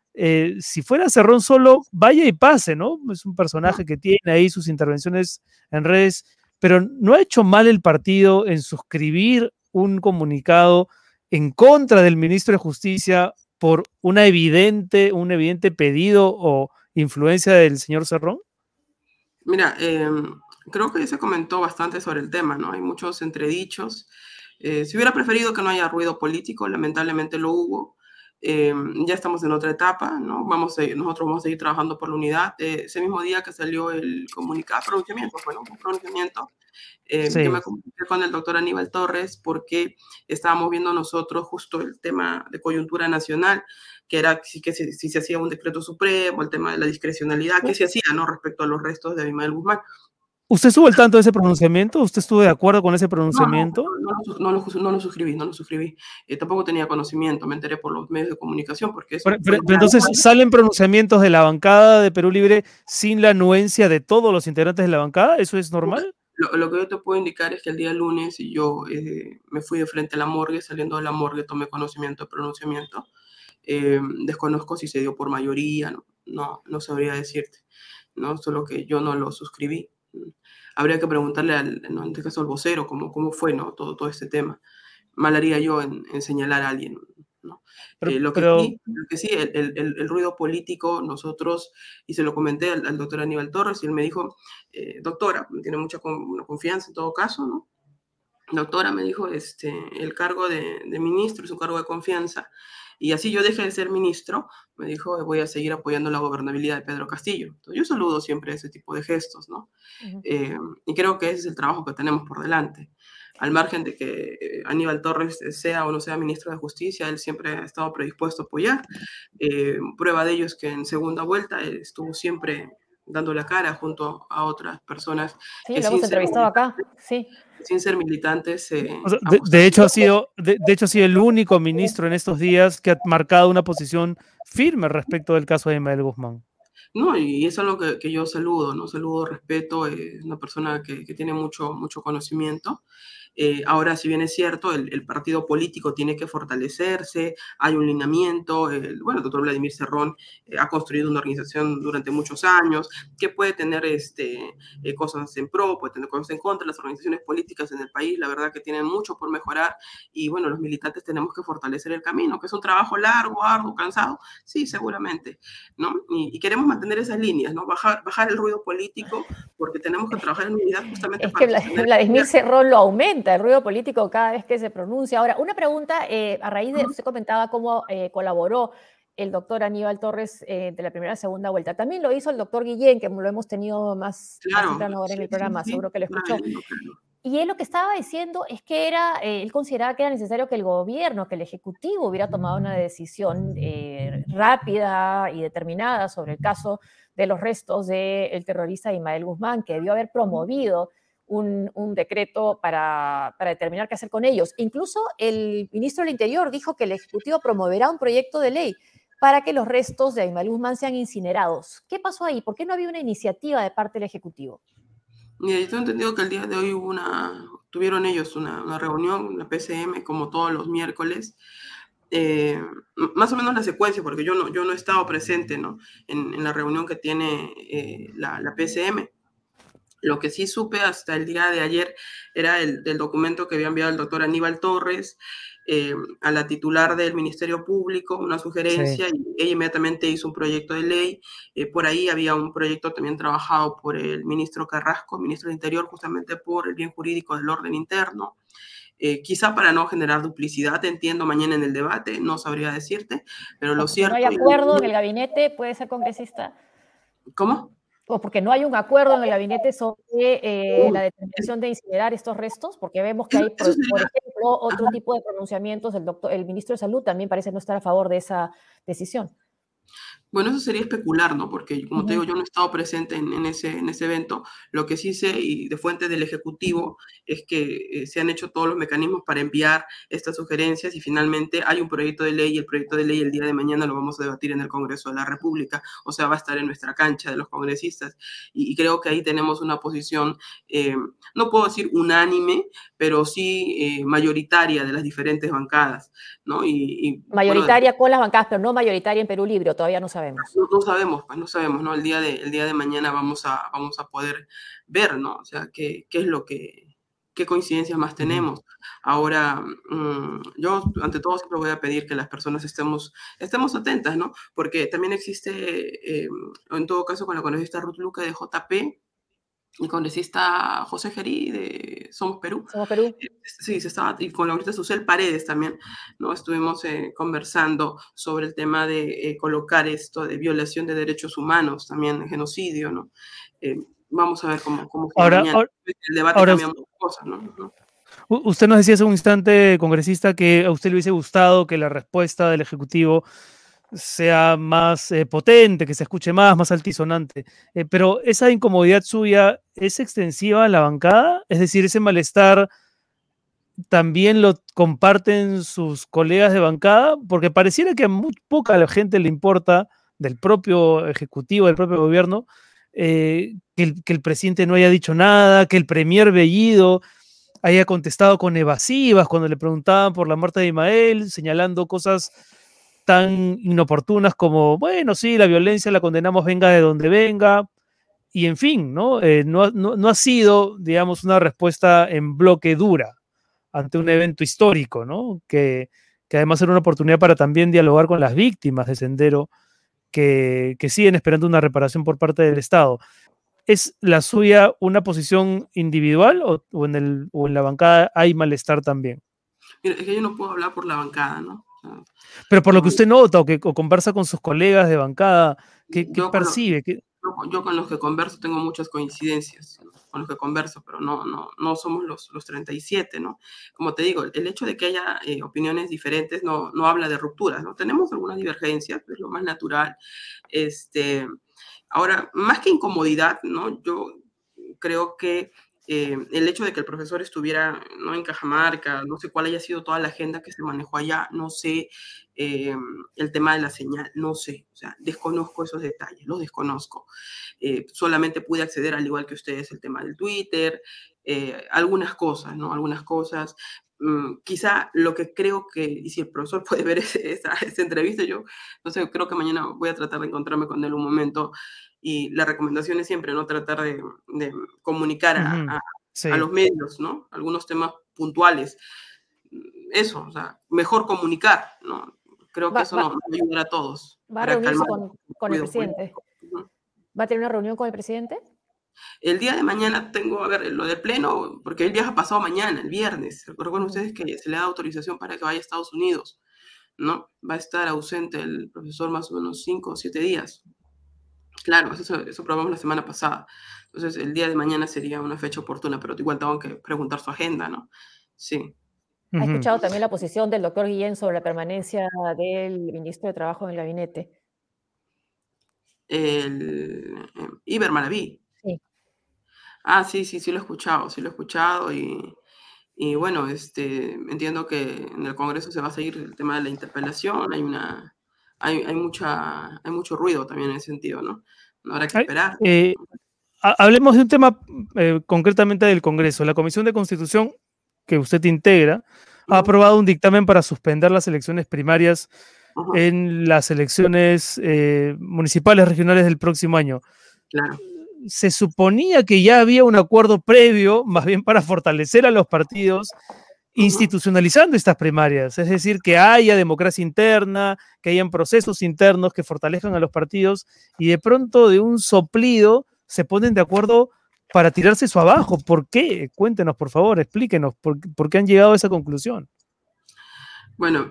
si fuera Cerrón solo, vaya y pase, ¿no? Es un personaje que tiene ahí sus intervenciones en redes, pero no ha hecho mal el partido en suscribir un comunicado en contra del ministro de Justicia por un evidente pedido o influencia del señor Cerrón? Mira, creo que se comentó bastante sobre el tema, ¿no? Hay muchos entredichos. Si hubiera preferido que no haya ruido político, lamentablemente lo hubo. Ya estamos en otra etapa, ¿no? Nosotros vamos a seguir trabajando por la unidad. Ese mismo día que salió el comunicado, un pronunciamiento, yo me comuniqué con el doctor Aníbal Torres porque estábamos viendo nosotros justo el tema de coyuntura nacional, que era si se hacía un decreto supremo, el tema de la discrecionalidad, que se hacía, ¿no? Respecto a los restos de Abimael Guzmán. ¿Usted estuvo al tanto de ese pronunciamiento? ¿Usted estuvo de acuerdo con ese pronunciamiento? No lo suscribí. Tampoco tenía conocimiento, me enteré por los medios de comunicación. Porque pero entonces, ¿salen pronunciamientos de la bancada de Perú Libre sin la anuencia de todos los integrantes de la bancada? ¿Eso es normal? Lo que yo te puedo indicar es que el día lunes yo me fui de frente a la morgue, saliendo de la morgue tomé conocimiento del pronunciamiento. Desconozco si se dio por mayoría, no sabría decirte, ¿no? Solo que yo no lo suscribí. Habría que preguntarle, en este caso al vocero, cómo fue, ¿no? todo este tema. Mal haría yo en señalar a alguien, ¿no? Lo que sí, el ruido político, nosotros, y se lo comenté al doctor Aníbal Torres, y él me dijo, doctora, tiene mucha confianza en todo caso, ¿no? Doctora, me dijo, el cargo de ministro es un cargo de confianza, y así yo deje de ser ministro, me dijo, voy a seguir apoyando la gobernabilidad de Pedro Castillo. Entonces, yo saludo siempre ese tipo de gestos, ¿no? Y creo que ese es el trabajo que tenemos por delante. Al margen de que Aníbal Torres sea o no sea ministro de Justicia, él siempre ha estado predispuesto a apoyar. Prueba de ello es que en segunda vuelta estuvo siempre dando la cara junto a otras personas. Sí, lo hemos entrevistado acá, sí. Sin ser militantes. De hecho, ha sido el único ministro en estos días que ha marcado una posición firme respecto del caso de Abimael Guzmán. No, y eso es algo que yo saludo, ¿no? Saludo, respeto, es una persona que tiene mucho conocimiento. Ahora, si bien es cierto, el partido político tiene que fortalecerse, hay un lineamiento, bueno, el doctor Vladimir Cerrón ha construido una organización durante muchos años que puede tener cosas en pro, puede tener cosas en contra. Las organizaciones políticas en el país, la verdad que tienen mucho por mejorar y bueno, los militantes tenemos que fortalecer el camino, que es un trabajo largo, arduo, cansado, sí, seguramente, ¿no? Y queremos mantener esas líneas, ¿no? Bajar el ruido político porque tenemos que trabajar en unidad justamente Es para que sostener Vladimir Cerrón lo aumenta, el ruido político cada vez que se pronuncia. Ahora, una pregunta, a raíz de, usted comentaba cómo colaboró el doctor Aníbal Torres de la primera a segunda vuelta. También lo hizo el doctor Guillén, que lo hemos tenido más Claro, temprano ahora en el programa, sí, seguro que lo escuchó. claro. Y él lo que estaba diciendo es que él consideraba que era necesario que el gobierno, que el Ejecutivo hubiera tomado una decisión rápida y determinada sobre el caso de los restos del terrorista Ismael Guzmán, que debió haber promovido un decreto para determinar qué hacer con ellos. Incluso el ministro del Interior dijo que el Ejecutivo promoverá un proyecto de ley para que los restos de Ismael Guzmán sean incinerados. ¿Qué pasó ahí? ¿Por qué no había una iniciativa de parte del Ejecutivo? Mira, yo tengo entendido que el día de hoy tuvieron ellos una reunión, la PCM, como todos los miércoles, más o menos la secuencia, porque yo no he estado presente, ¿no? en la reunión que tiene la PCM. Lo que sí supe hasta el día de ayer era del documento que había enviado el doctor Aníbal Torres a la titular del Ministerio Público, una sugerencia, sí. Y ella inmediatamente hizo un proyecto de ley. Por ahí había un proyecto también trabajado por el ministro Carrasco, ministro del Interior, justamente por el bien jurídico del orden interno. Quizá para no generar duplicidad, entiendo mañana en el debate, no sabría decirte, pero lo cierto... ¿No hay acuerdo en el gabinete? ¿Puede ser congresista? ¿Cómo? O porque no hay un acuerdo en el gabinete sobre la determinación de incinerar estos restos, porque vemos que hay, por ejemplo, otro tipo de pronunciamientos. El ministro de Salud también parece no estar a favor de esa decisión. Bueno, eso sería especular, ¿no? Porque, como te digo, yo no he estado presente en ese evento. Lo que sí sé, y de fuente del Ejecutivo, es que se han hecho todos los mecanismos para enviar estas sugerencias y finalmente hay un proyecto de ley y el proyecto de ley el día de mañana lo vamos a debatir en el Congreso de la República. O sea, va a estar en nuestra cancha de los congresistas. Y creo que ahí tenemos una posición, no puedo decir unánime, pero sí mayoritaria de las diferentes bancadas, ¿no? Mayoritaria con las bancadas, pero no mayoritaria en Perú Libre, todavía no sabemos. No sabemos, ¿no? El día de mañana vamos a poder ver, ¿no? O sea, qué coincidencias más tenemos. Ahora, yo ante todo siempre voy a pedir que las personas estemos atentas, ¿no? Porque también existe, en todo caso, con la congresista Ruth Luque de JP, el congresista José Gerí de Somos Perú. Somos Perú. Sí, y con la congresista Susel Paredes también, ¿no? Estuvimos conversando sobre el tema de colocar esto de violación de derechos humanos, también de genocidio, ¿no? Vamos a ver cómo ahora, el debate cambia muchas cosas, ¿no? Usted nos decía hace un instante, congresista, que a usted le hubiese gustado que la respuesta del Ejecutivo sea más potente, que se escuche más altisonante. Pero esa incomodidad suya es extensiva a la bancada, es decir, ese malestar también lo comparten sus colegas de bancada, porque pareciera que a muy poca la gente le importa del propio Ejecutivo, del propio gobierno, que el presidente no haya dicho nada, que el premier Bellido haya contestado con evasivas cuando le preguntaban por la muerte de Ismael, señalando cosas tan inoportunas como, bueno, sí, la violencia la condenamos venga de donde venga, y en fin, ¿no? No ha sido, digamos, una respuesta en bloque dura ante un evento histórico, ¿no? Que además era una oportunidad para también dialogar con las víctimas de Sendero que siguen esperando una reparación por parte del Estado. ¿Es la suya una posición individual o en la bancada hay malestar también? Mira, es que yo no puedo hablar por la bancada, ¿no? Pero por lo que usted nota o conversa con sus colegas de bancada, ¿qué percibe? Yo con los que converso tengo muchas coincidencias, ¿no? Con los que converso, pero no somos los 37, ¿no? Como te digo, el hecho de que haya opiniones diferentes no habla de rupturas, ¿no? Tenemos algunas divergencias, es lo más natural. Ahora, más que incomodidad, ¿no? Yo creo que el hecho de que el profesor estuviera, ¿no?, en Cajamarca, no sé cuál haya sido toda la agenda que se manejó allá, no sé, el tema de la señal, no sé, o sea, desconozco esos detalles, los desconozco. Solamente pude acceder, al igual que ustedes, el tema del Twitter, algunas cosas, ¿no? Algunas cosas. Quizá lo que creo que, y si el profesor puede ver esa entrevista, yo, no sé, creo que mañana voy a tratar de encontrarme con él un momento, y la recomendación es siempre, ¿no?, tratar de comunicar Sí. a los medios, ¿no?, algunos temas puntuales. Eso, o sea, mejor comunicar, ¿no? Creo que eso nos va a ayudar a todos. ¿Va a para reunirse calmar con el ruido presidente? político. ¿Va a tener una reunión con el presidente? El día de mañana tengo, a ver, lo de pleno, porque él viaja pasado mañana, el viernes. Recuerden ustedes que se le da autorización para que vaya a Estados Unidos, ¿no? Va a estar ausente el profesor más o menos 5 o 7 días. Claro, eso probamos la semana pasada. Entonces, el día de mañana sería una fecha oportuna, pero igual tengo que preguntar su agenda, ¿no? Sí. ¿Ha escuchado también la posición del doctor Guillén sobre la permanencia del ministro de Trabajo en el gabinete? Iber Maraví. Sí. Ah, sí, lo he escuchado y bueno, entiendo que en el Congreso se va a seguir el tema de la interpelación, hay mucho ruido también en ese sentido, ¿no? No habrá que esperar. Hablemos de un tema concretamente del Congreso. La Comisión de Constitución, que usted integra, ha aprobado un dictamen para suspender las elecciones primarias en las elecciones municipales regionales del próximo año. Claro. Se suponía que ya había un acuerdo previo, más bien para fortalecer a los partidos, institucionalizando estas primarias, es decir, que haya democracia interna, que hayan procesos internos que fortalezcan a los partidos, y de pronto de un soplido se ponen de acuerdo para tirarse eso abajo. ¿Por qué? Cuéntenos, por favor, explíquenos por qué han llegado a esa conclusión. Bueno,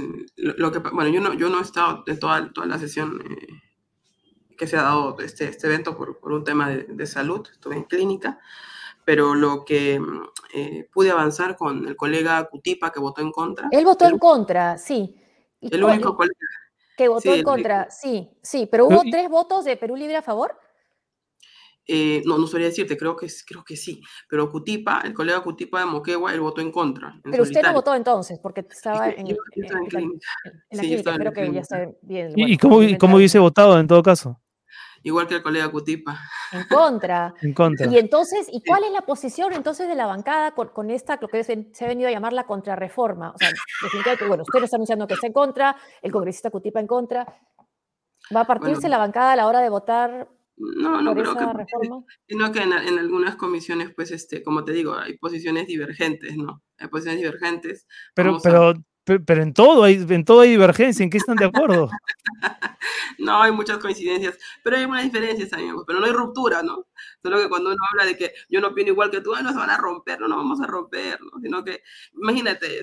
yo no he estado en toda la sesión que se ha dado este evento por un tema de salud, estuve en clínica, pero lo que pude avanzar con el colega Cutipa, que votó en contra. Él votó en contra, sí. El único colega. Que votó en contra, sí, pero ¿hubo 3 votos de Perú Libre a favor? No sabría decirte, creo que sí, pero Cutipa, el colega Cutipa de Moquegua, él votó en contra. Pero usted no votó entonces, porque estaba en la clínica. La clínica, espero que ya está bien. ¿Y cómo hubiese votado en todo caso? Igual que el colega Cutipa. En contra. En contra. Y entonces, ¿cuál es la posición entonces de la bancada con esta, lo que se ha venido a llamar la contrarreforma? O sea, definitivamente, bueno, usted está anunciando que está en contra, el congresista Cutipa en contra. ¿Va a partirse la bancada a la hora de votar no por creo esa que, reforma? Sino que en algunas comisiones, pues, como te digo, hay posiciones divergentes, ¿no? Hay posiciones divergentes. Pero en todo hay divergencia. ¿En qué están de acuerdo? No, hay muchas coincidencias, pero hay algunas diferencias también, pero no hay ruptura, ¿no? Solo que cuando uno habla de que yo no opino igual que tú, no se van a romper, no vamos a romper, ¿no? Sino que, imagínate,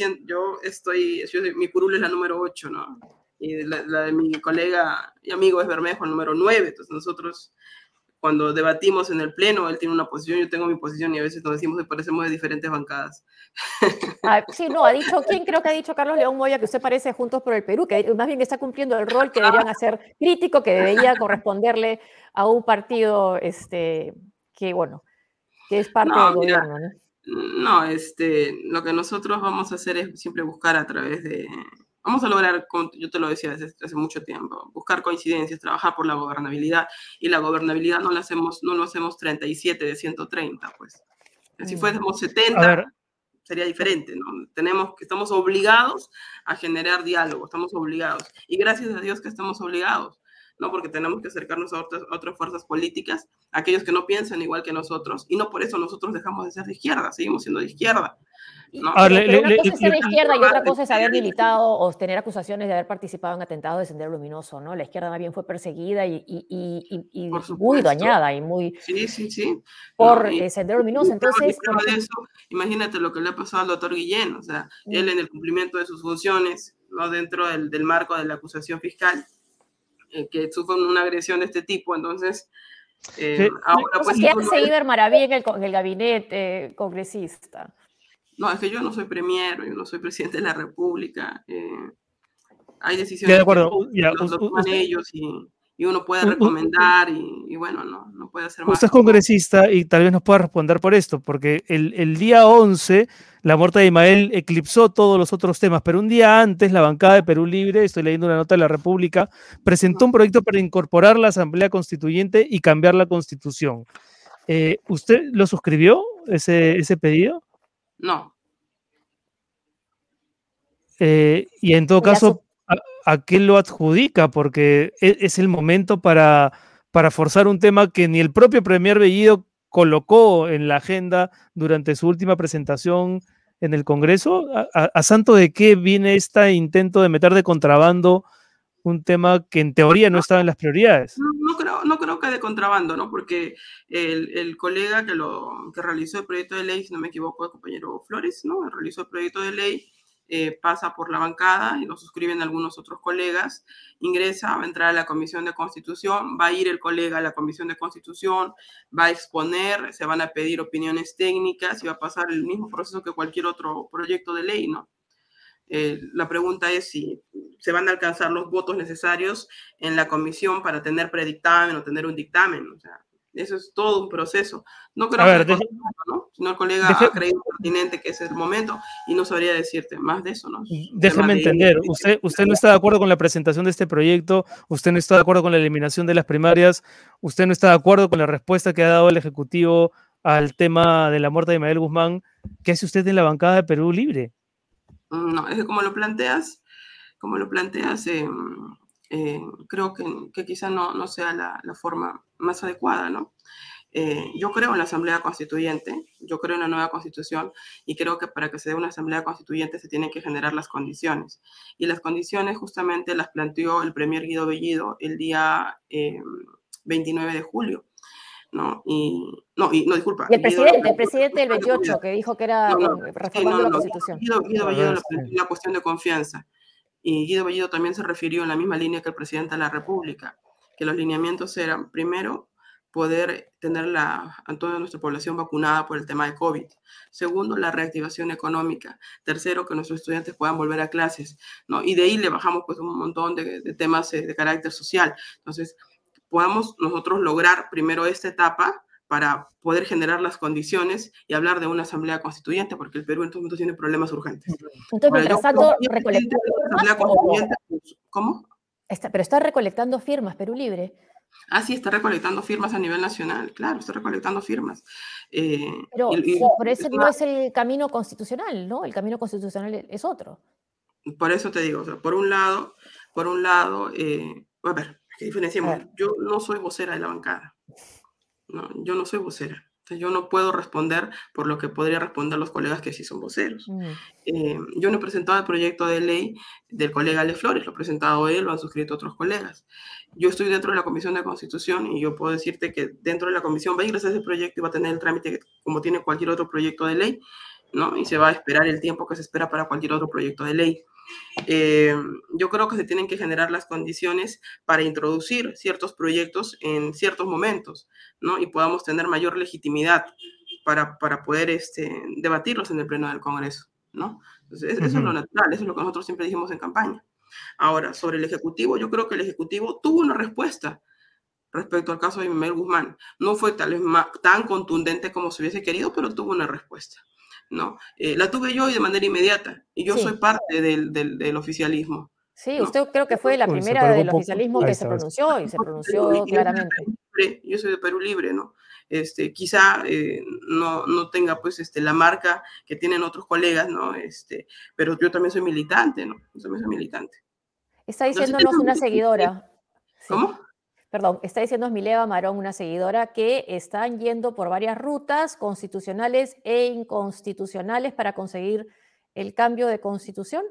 mi curul es la número 8, ¿no? Y la de mi colega y amigo es Bermejo, el número 9, entonces nosotros, cuando debatimos en el pleno, él tiene una posición, yo tengo mi posición, y a veces nos decimos que parecemos de diferentes bancadas. Sí, no, ¿quién creo que ha dicho Carlos León Moya que usted parece Juntos por el Perú, que más bien está cumpliendo el rol que deberían hacer crítico, que debería corresponderle a un partido que es parte del gobierno, ¿no? No, lo que nosotros vamos a hacer es siempre buscar a través de... Vamos a lograr, yo te lo decía desde hace mucho tiempo, buscar coincidencias, trabajar por la gobernabilidad, y la gobernabilidad no lo hacemos 37 de 130, pues. Si fuésemos 70, sería diferente, ¿no? Estamos obligados a generar diálogo, estamos obligados. Y gracias a Dios que estamos obligados, ¿no? Porque tenemos que acercarnos a otras fuerzas políticas, aquellos que no piensan igual que nosotros, y no por eso nosotros dejamos de ser de izquierda, seguimos siendo de izquierda. ¿No? Pero una cosa es ser de izquierda y otra cosa es haber militado o tener acusaciones de haber participado en atentados de Sendero Luminoso, ¿no? La izquierda más bien fue perseguida y muy dañada y muy... Sí. Por Sendero Luminoso, entonces... De eso, imagínate lo que le ha pasado al doctor Guillén, o sea, él en el cumplimiento de sus funciones, ¿no? Dentro del marco de la acusación fiscal, que sufre una agresión de este tipo, entonces... ahora, pues, ¿qué hace Iber Maraví en el gabinete congresista? No, es que yo no soy premier, yo no soy presidente de la República. Hay decisiones de acuerdo, que los toman ellos, y uno puede recomendar y bueno, no puede hacer más. Usted es congresista y tal vez nos pueda responder por esto, porque el día 11 la muerte de Ismael eclipsó todos los otros temas, pero un día antes la bancada de Perú Libre, estoy leyendo una nota de la República, presentó un proyecto para incorporar la Asamblea Constituyente y cambiar la Constitución. ¿Usted lo suscribió, ese pedido? No. Y en todo caso, ¿a qué lo adjudica? Porque es el momento para forzar un tema que ni el propio Premier Bellido colocó en la agenda durante su última presentación en el Congreso. ¿A santo de qué viene este intento de meter de contrabando un tema que en teoría no estaba en las prioridades? No creo que de contrabando, ¿no? Porque el colega que realizó el proyecto de ley, si no me equivoco, el compañero Flores, ¿no? Realizó el proyecto de ley, pasa por la bancada y lo suscriben algunos otros colegas, ingresa, va a entrar a la Comisión de Constitución, va a ir el colega a la Comisión de Constitución, va a exponer, se van a pedir opiniones técnicas y va a pasar el mismo proceso que cualquier otro proyecto de ley, ¿no? La pregunta es si se van a alcanzar los votos necesarios en la comisión para tener predictamen o tener un dictamen. O sea, eso es todo un proceso. No creo ¿no? Sino el colega ha creído pertinente que ese es el momento y no sabría decirte más de eso, ¿no? Déjeme entender, usted no está de acuerdo con la presentación de este proyecto, usted no está de acuerdo con la eliminación de las primarias, usted no está de acuerdo con la respuesta que ha dado el Ejecutivo al tema de la muerte de Ismael Guzmán. ¿Qué hace usted en la bancada de Perú Libre? No, es que como lo planteas, creo que quizá no sea la forma más adecuada, ¿no? Yo creo en la Asamblea Constituyente, yo creo en la nueva Constitución y creo que para que se dé una Asamblea Constituyente se tienen que generar las condiciones. Y las condiciones justamente las planteó el Premier Guido Bellido el día 29 de julio. Disculpa. Y el presidente del 28, que dijo que era reformando la Constitución. Guido Bellido la cuestión de confianza. Y Guido Bellido también se refirió en la misma línea que el presidente de la República, que los lineamientos eran, primero, poder tener a toda nuestra población vacunada por el tema de COVID. Segundo, la reactivación económica. Tercero, que nuestros estudiantes puedan volver a clases, ¿no? Y de ahí le bajamos pues un montón de temas de carácter social. Entonces, podamos nosotros lograr primero esta etapa para poder generar las condiciones y hablar de una asamblea constituyente, porque el Perú en estos momentos tiene problemas urgentes. Entonces, mientras tanto, ¿cómo? Pero está recolectando firmas, Perú Libre. Sí, está recolectando firmas a nivel nacional, claro, está recolectando firmas. Pero por eso no es el camino constitucional, ¿no? El camino constitucional es otro. Por eso te digo, o sea, por un lado, a ver, que diferenciemos. Yo no soy vocera de la bancada. No, yo no soy vocera. O sea, yo no puedo responder por lo que podría responder los colegas que sí son voceros. Yo no he presentado el proyecto de ley del colega Ale Flores, lo ha presentado él, lo han suscrito otros colegas. Yo estoy dentro de la Comisión de Constitución y yo puedo decirte que dentro de la comisión va a ingresar ese proyecto y va a tener el trámite como tiene cualquier otro proyecto de ley, ¿no? Y se va a esperar el tiempo que se espera para cualquier otro proyecto de ley. Yo creo que se tienen que generar las condiciones para introducir ciertos proyectos en ciertos momentos, ¿no? Y podamos tener mayor legitimidad para poder debatirlos en el Pleno del Congreso, ¿no? Entonces, eso es lo natural, eso es lo que nosotros siempre dijimos en campaña. Ahora, sobre el Ejecutivo, yo creo que el Ejecutivo tuvo una respuesta respecto al caso de Ismael Guzmán. No fue tal vez tan contundente como se hubiese querido, pero tuvo una respuesta, ¿no? La tuve yo y de manera inmediata, y yo soy parte del oficialismo. Sí, ¿no? Usted creo que fue la primera del oficialismo que se pronunció, y se pronunció claramente. Yo soy de Perú Libre, ¿no? Quizá no tenga pues la marca que tienen otros colegas, ¿no? Pero yo también soy militante, ¿no? Yo también soy militante. Está diciéndonos una seguidora. ¿Cómo? Sí. Perdón, está diciendo Mileva Marón, una seguidora, que están yendo por varias rutas constitucionales e inconstitucionales para conseguir el cambio de constitución.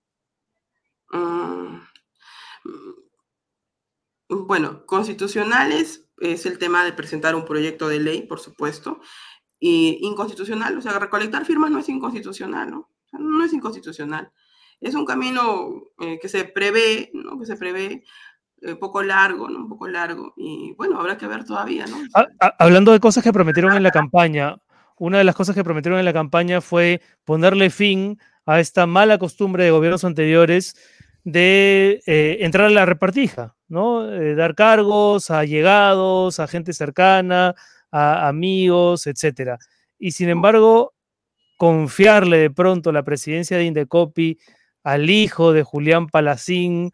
Bueno, constitucionales es el tema de presentar un proyecto de ley, por supuesto, y inconstitucional, o sea, recolectar firmas no es inconstitucional, ¿no? O sea, no es inconstitucional. Es un camino que se prevé, ¿no? Que se prevé poco largo, ¿no? Un poco largo. Y bueno, habrá que ver todavía, ¿no? Hablando de cosas que prometieron en la campaña, una de las cosas que prometieron en la campaña fue ponerle fin a esta mala costumbre de gobiernos anteriores de entrar a la repartija. ¿no? Dar cargos a allegados, a gente cercana, a amigos, etcétera. Y sin embargo, confiarle de pronto la presidencia de Indecopi al hijo de Julián Palacín,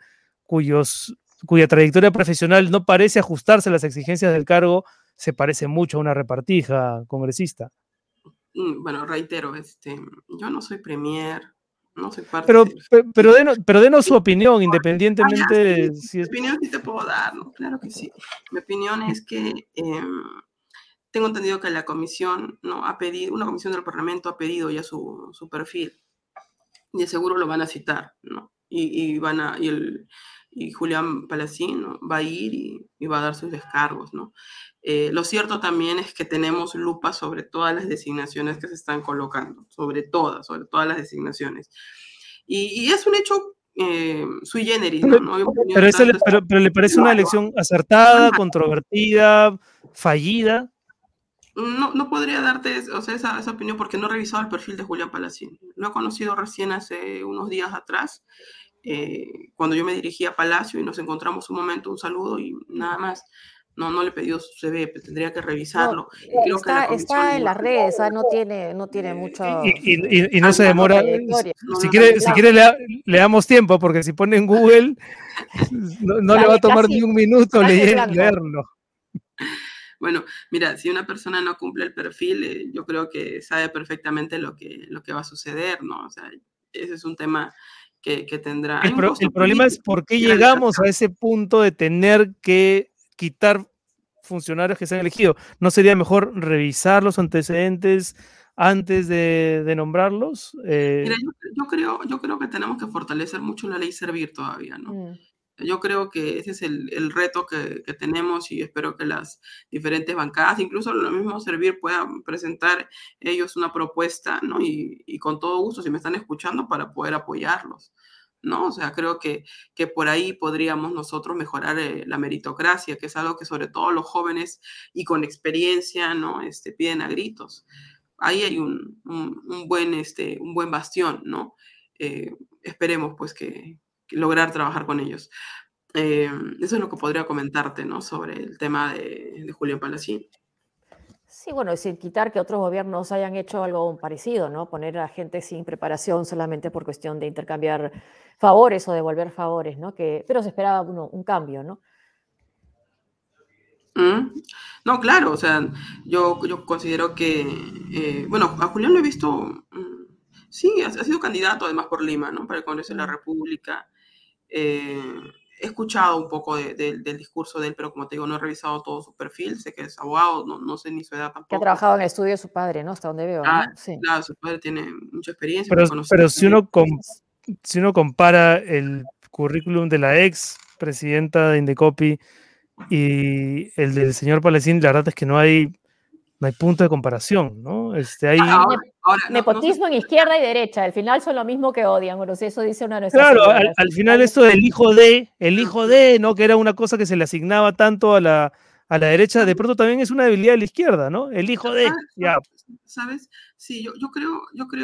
cuya trayectoria profesional no parece ajustarse a las exigencias del cargo, se parece mucho a una repartija, congresista. Bueno, reitero, yo no soy premier, no soy parte pero denos su opinión, independientemente de si Mi es... opinión sí te puedo dar, ¿no? Claro que sí. Mi opinión es que tengo entendido que la comisión, ¿no? Una comisión del Parlamento ha pedido ya su perfil, y de seguro lo van a citar, ¿no? Y Julián Palacín, ¿no? Va a ir y va a dar sus descargos, ¿no? Lo cierto también es que tenemos lupa sobre todas las designaciones que se están colocando, sobre todas las designaciones. Y es un hecho sui generis, ¿no? Pero ¿le parece una elección acertada, controvertida, fallida? No podría darte, o sea, esa opinión porque no he revisado el perfil de Julián Palacín. Lo he conocido recién hace unos días atrás, cuando yo me dirigí a Palacio y nos encontramos un momento, un saludo y nada más. No le he pedido su CV, tendría que revisarlo. No, está en las redes, no tiene mucho... Y no se demora. Si quiere le damos tiempo, porque si pone en Google, no le va a tomar ni un minuto leerlo. Bueno, mira, si una persona no cumple el perfil, yo creo que sabe perfectamente lo que va a suceder, ¿no? O sea, ese es un tema que tendrá... El problema es por qué llegamos a ese punto de tener que quitar funcionarios que se han elegido. ¿No sería mejor revisar los antecedentes antes de nombrarlos? Mira, yo creo que tenemos que fortalecer mucho la ley Servir todavía, ¿no? Yo creo que ese es el reto que tenemos y espero que las diferentes bancadas, incluso lo mismo Servir, puedan presentar ellos una propuesta, ¿no? Y con todo gusto, si me están escuchando, para poder apoyarlos, ¿no? O sea, creo que por ahí podríamos nosotros mejorar la meritocracia, que es algo que sobre todo los jóvenes y con experiencia, ¿no? Piden a gritos. Ahí hay un buen bastión, ¿no? Esperemos, pues, que lograr trabajar con ellos. Eso es lo que podría comentarte, ¿no? Sobre el tema de Julián Palacín. Sí, bueno, sin quitar que otros gobiernos hayan hecho algo parecido, ¿no? Poner a gente sin preparación solamente por cuestión de intercambiar favores o devolver favores, ¿no? Pero se esperaba un cambio, ¿no? No, claro, o sea, yo considero que, bueno, a Julián lo he visto, sí, ha sido candidato además por Lima, ¿no? Para el Congreso de la República. He escuchado un poco del discurso de él, pero como te digo, no he revisado todo su perfil, sé que es abogado, no sé ni su edad tampoco. Que ha trabajado en el estudio de su padre, ¿no? Hasta donde veo, ¿no? Sí. Claro, su padre tiene mucha experiencia. Pero si uno compara el currículum de la ex presidenta de Indecopi y el del señor Palacín, la verdad es que no hay punto de comparación, ¿no? Nepotismo en izquierda y derecha, al final son lo mismo que odian, bueno, eso dice una de nuestras... Claro, al final esto del hijo de, ¿no? Que era una cosa que se le asignaba tanto a la derecha, de pronto también es una debilidad de la izquierda, ¿no? El hijo de, ya. ¿Sabes? Sí, yo creo,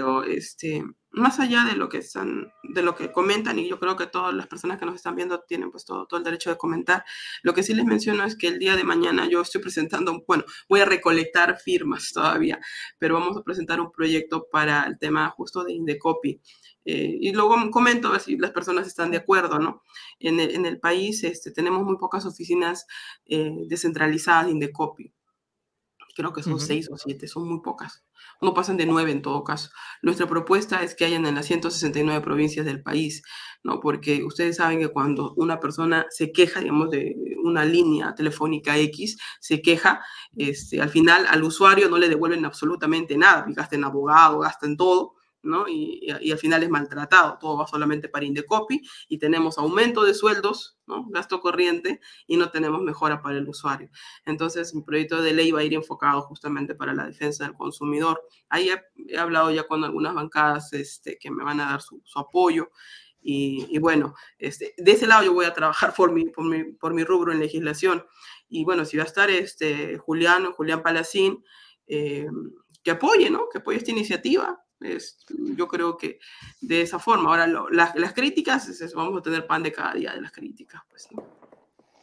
más allá de lo que comentan, y yo creo que todas las personas que nos están viendo tienen pues todo el derecho de comentar, lo que sí les menciono es que el día de mañana yo estoy presentando, bueno, voy a recolectar firmas todavía, pero vamos a presentar un proyecto para el tema justo de Indecopi. Y luego comento a ver si las personas están de acuerdo, ¿no? En el país tenemos muy pocas oficinas descentralizadas de Indecopi. Creo que son 6 o 7, son muy pocas. No pasan de 9 en todo caso. Nuestra propuesta es que hayan en las 169 provincias del país, ¿no? Porque ustedes saben que cuando una persona se queja, digamos, de una línea telefónica X, se queja, al final al usuario no le devuelven absolutamente nada, gasta en abogado, gasta en todo, ¿no? Y al final es maltratado, todo va solamente para Indecopi y tenemos aumento de sueldos, ¿no? Gasto corriente y no tenemos mejora para el usuario. Entonces, mi proyecto de ley va a ir enfocado justamente para la defensa del consumidor. Ahí he hablado ya con algunas bancadas que me van a dar su apoyo. Y bueno, de ese lado yo voy a trabajar por mi rubro en legislación. Y bueno, si va a estar Julián Palacín, que apoye, ¿no? Que apoye esta iniciativa. Yo creo que de esa forma. Ahora, las críticas, vamos a tener pan de cada día de las críticas, pues, ¿no?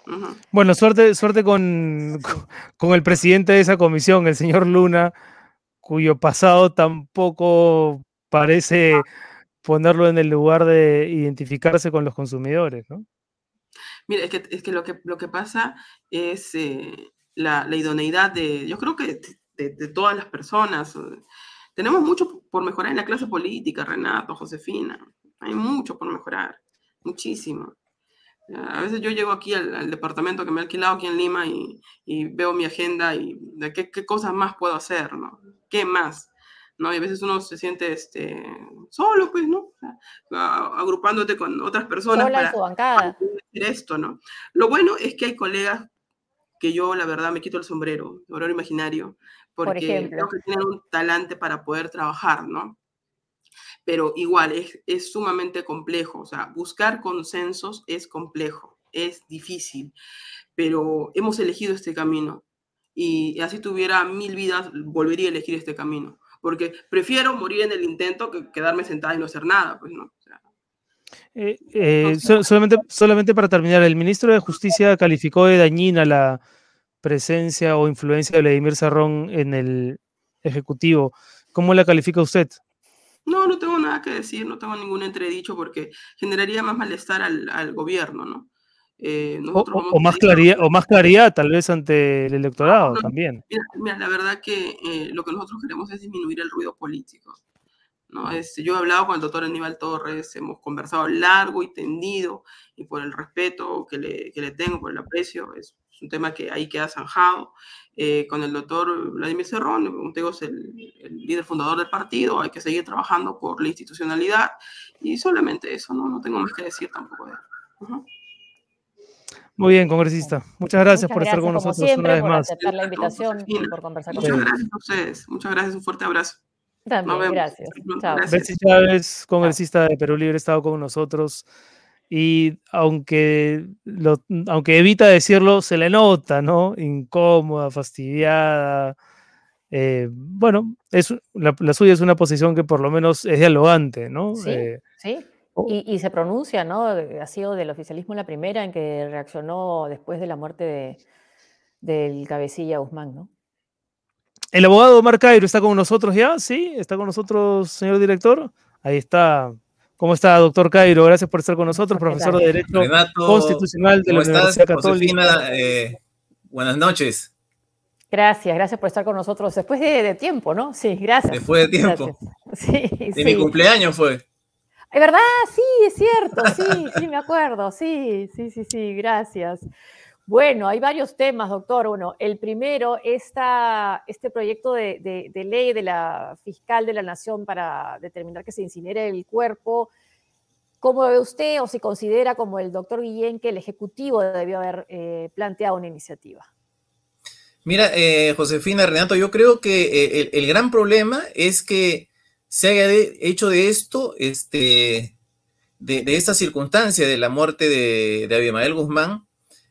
Bueno, suerte con el presidente de esa comisión, el señor Luna, cuyo pasado tampoco parece ponerlo en el lugar de identificarse con los consumidores, ¿no? Mira, es que lo que pasa es la idoneidad yo creo que de todas las personas. Tenemos mucho por mejorar en la clase política, Renato, Josefina. Hay mucho por mejorar, muchísimo. A veces yo llego aquí al departamento que me he alquilado aquí en Lima y veo mi agenda y de qué cosas más puedo hacer, ¿no? ¿Qué más? ¿No? Y a veces uno se siente solo, pues, ¿no? O sea, agrupándote con otras personas Sola en su bancada. hacer esto, ¿no? Lo bueno es que hay colegas que yo, la verdad, me quito el sombrero imaginario, Por porque ejemplo. creo que tienen un talante para poder trabajar, ¿no? Pero igual es sumamente complejo, o sea, buscar consensos es complejo, es difícil, pero hemos elegido este camino y así tuviera 1000 vidas, volvería a elegir este camino, porque prefiero morir en el intento que quedarme sentada y no hacer nada, pues, ¿no? O sea, solamente para terminar, el ministro de Justicia calificó de dañina la presencia o influencia de Vladimir Cerrón en el Ejecutivo. ¿Cómo la califica usted? No tengo nada que decir, no tengo ningún entredicho porque generaría más malestar al gobierno, ¿no? O más claridad, tal vez, ante el electorado también. Mira, la verdad que lo que nosotros queremos es disminuir el ruido político, ¿no? Yo he hablado con el doctor Aníbal Torres, hemos conversado largo y tendido, y por el respeto que le tengo, por el aprecio, es un tema que ahí queda zanjado. Con el doctor Vladimir Cerrón, como te digo, es el líder fundador del partido, hay que seguir trabajando por la institucionalidad, y solamente eso, no tengo más que decir tampoco de él. Muy bien, congresista. Muchas gracias por estar con nosotros siempre, una vez por más. aceptar la invitación y por conversar con nosotros. Muchas gracias a ustedes. Muchas gracias, un fuerte abrazo. También, gracias. Chao. Betsy Chávez, congresista de Perú Libre, ha estado con nosotros y aunque evita decirlo, se le nota, ¿no? Incómoda, fastidiada. Bueno, la suya es una posición que por lo menos es dialogante, ¿no? Sí. Y se pronuncia, ¿no? Ha sido del oficialismo la primera en que reaccionó después de la muerte del cabecilla Guzmán, ¿no? El abogado Omar Cairo está con nosotros ya, ¿sí? ¿Está con nosotros, señor director? Ahí está. ¿Cómo está, doctor Cairo? Gracias por estar con nosotros, profesor de Derecho Constitucional de la Universidad Católica. Josefina, buenas noches. Gracias por estar con nosotros después de tiempo, ¿no? Sí, gracias. Después de tiempo. Sí, mi cumpleaños fue. ¿Es verdad? Sí, es cierto, sí, me acuerdo, sí, gracias. Bueno, hay varios temas, doctor. Bueno, el primero, este proyecto de ley de la fiscal de la Nación para determinar que se incinere el cuerpo. ¿Cómo ve usted o se considera, como el doctor Guillén, que el Ejecutivo debió haber planteado una iniciativa? Mira, Josefina, Renato, yo creo que el gran problema es que se haya hecho de esto, de esta circunstancia de la muerte de Abimael Guzmán,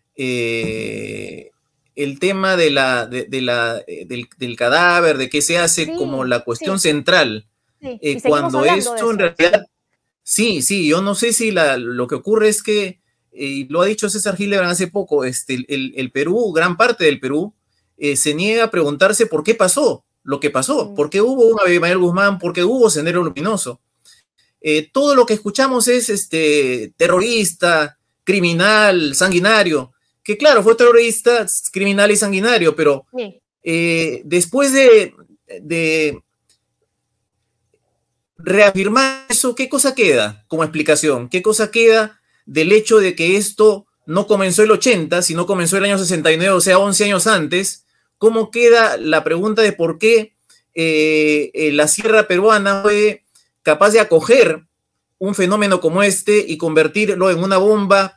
el tema del cadáver, de qué se hace como la cuestión central, cuando esto en realidad, yo no sé si lo que ocurre es que, lo ha dicho César Hildebrand hace poco, el Perú, gran parte del Perú, se niega a preguntarse por qué pasó lo que pasó, por qué hubo un Abimael Guzmán, por qué hubo Sendero Luminoso. Todo lo que escuchamos es terrorista, criminal, sanguinario, que claro, fue terrorista, criminal y sanguinario, pero después de reafirmar eso, ¿qué cosa queda como explicación? ¿Qué cosa queda del hecho de que esto no comenzó el 80, sino comenzó el año 69, o sea, 11 años antes? ¿Cómo queda la pregunta de por qué la sierra peruana fue capaz de acoger un fenómeno como este y convertirlo en una bomba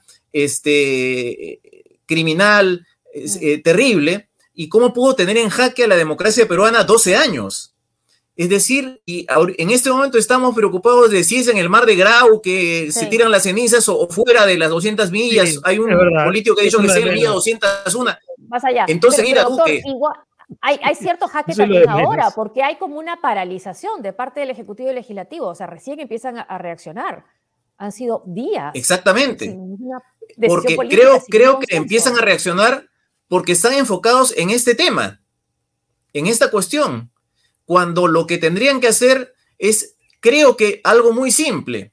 criminal terrible? ¿Y cómo pudo tener en jaque a la democracia peruana 12 años? Es decir, y en este momento estamos preocupados de si es en el mar de Grau que se tiran las cenizas o fuera de las 200 millas. Sí, hay un político que ha dicho que se milla 201. Más allá. Entonces, mira, doctor, igual, hay cierto jaque también ahora, porque hay como una paralización de parte del Ejecutivo y Legislativo. O sea, recién empiezan a reaccionar. Han sido días. Exactamente. Porque creo que empiezan a reaccionar porque están enfocados en este tema, en esta cuestión, cuando lo que tendrían que hacer es, creo que algo muy simple.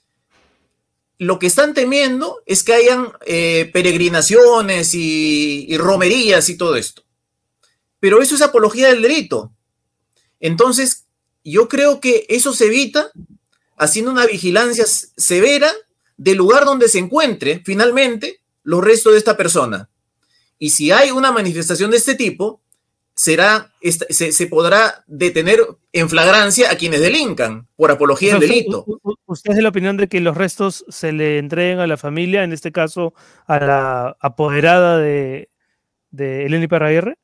Lo que están temiendo es que hayan peregrinaciones y romerías y todo esto. Pero eso es apología del delito. Entonces, yo creo que eso se evita haciendo una vigilancia severa del lugar donde se encuentre finalmente los restos de esta persona. Y si hay una manifestación de este tipo, se podrá detener en flagrancia a quienes delincan por apología del delito. ¿Usted es de la opinión de que los restos se le entreguen a la familia, en este caso a la apoderada de Eleni Parraguirre?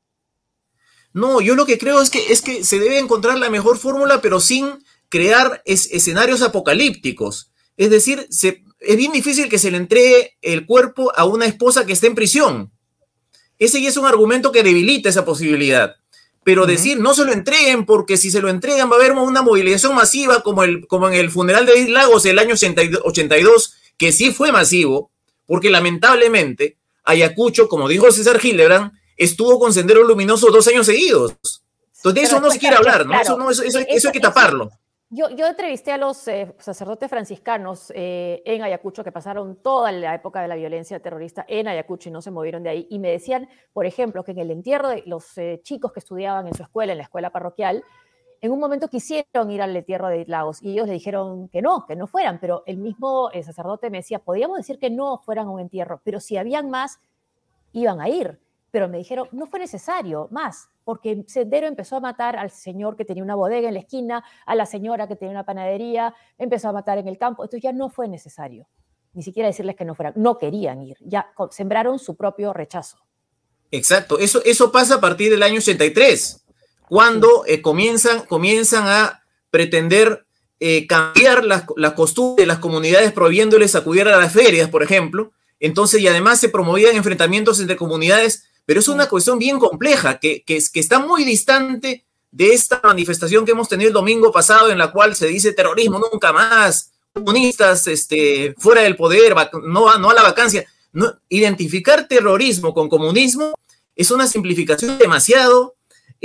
No, yo lo que creo es que se debe encontrar la mejor fórmula, pero sin crear escenarios apocalípticos. Es decir, es bien difícil que se le entregue el cuerpo a una esposa que esté en prisión. Ese ya es un argumento que debilita esa posibilidad. Pero decir no se lo entreguen porque si se lo entregan va a haber una movilización masiva como en el funeral de Edith Lagos del año 82, que sí fue masivo, porque lamentablemente Ayacucho, como dijo César Hildebrand, estuvo con Sendero Luminoso 2 años seguidos. Entonces de eso no se quiere hablar, ¿no? Claro, eso hay que taparlo. Yo entrevisté a los sacerdotes franciscanos en Ayacucho que pasaron toda la época de la violencia terrorista en Ayacucho y no se movieron de ahí. Y me decían, por ejemplo, que en el entierro de los chicos que estudiaban en su escuela, en la escuela parroquial, en un momento quisieron ir al entierro de Lagos y ellos le dijeron que no fueran. Pero el mismo sacerdote me decía, podíamos decir que no fueran a un entierro, pero si habían más, iban a ir. Pero me dijeron, no fue necesario más, porque Sendero empezó a matar al señor que tenía una bodega en la esquina, a la señora que tenía una panadería, empezó a matar en el campo, entonces ya no fue necesario, ni siquiera decirles que no fueran, no querían ir, ya sembraron su propio rechazo. Exacto, eso pasa a partir del año 83, cuando comienzan a pretender cambiar las costumbres de las comunidades prohibiéndoles acudir a las ferias, por ejemplo, entonces y además se promovían enfrentamientos entre comunidades. Pero es una cuestión bien compleja que está muy distante de esta manifestación que hemos tenido el domingo pasado en la cual se dice terrorismo nunca más, comunistas fuera del poder, no a la vacancia. No, identificar terrorismo con comunismo es una simplificación demasiado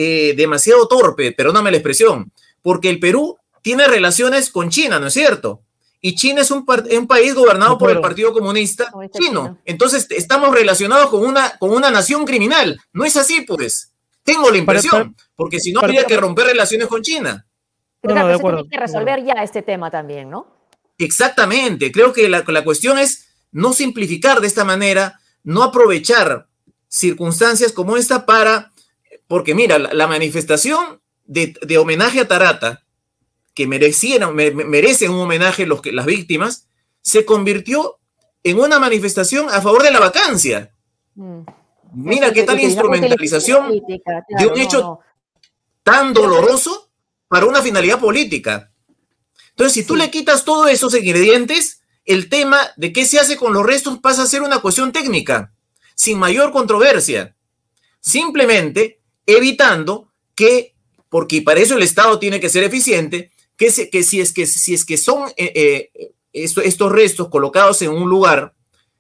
torpe, perdóname la expresión, porque el Perú tiene relaciones con China, ¿no es cierto? Y China es un país gobernado por el Partido Comunista Chino. Entonces estamos relacionados con una nación criminal. No es así, pues. Tengo la impresión. Porque si no, habría que romper relaciones con China. Claro, eso tiene que resolver ya este tema también, ¿no? Exactamente. Creo que la cuestión es no simplificar de esta manera, no aprovechar circunstancias como esta porque mira, la manifestación de homenaje a Tarata, que merecen un homenaje las víctimas, se convirtió en una manifestación a favor de la vacancia. Mira qué tal instrumentalización de un hecho tan doloroso para una finalidad política. Entonces, si tú le quitas todos esos ingredientes, el tema de qué se hace con los restos pasa a ser una cuestión técnica, sin mayor controversia. Simplemente evitando porque para eso el Estado tiene que ser eficiente, que si es que son estos restos colocados en un lugar,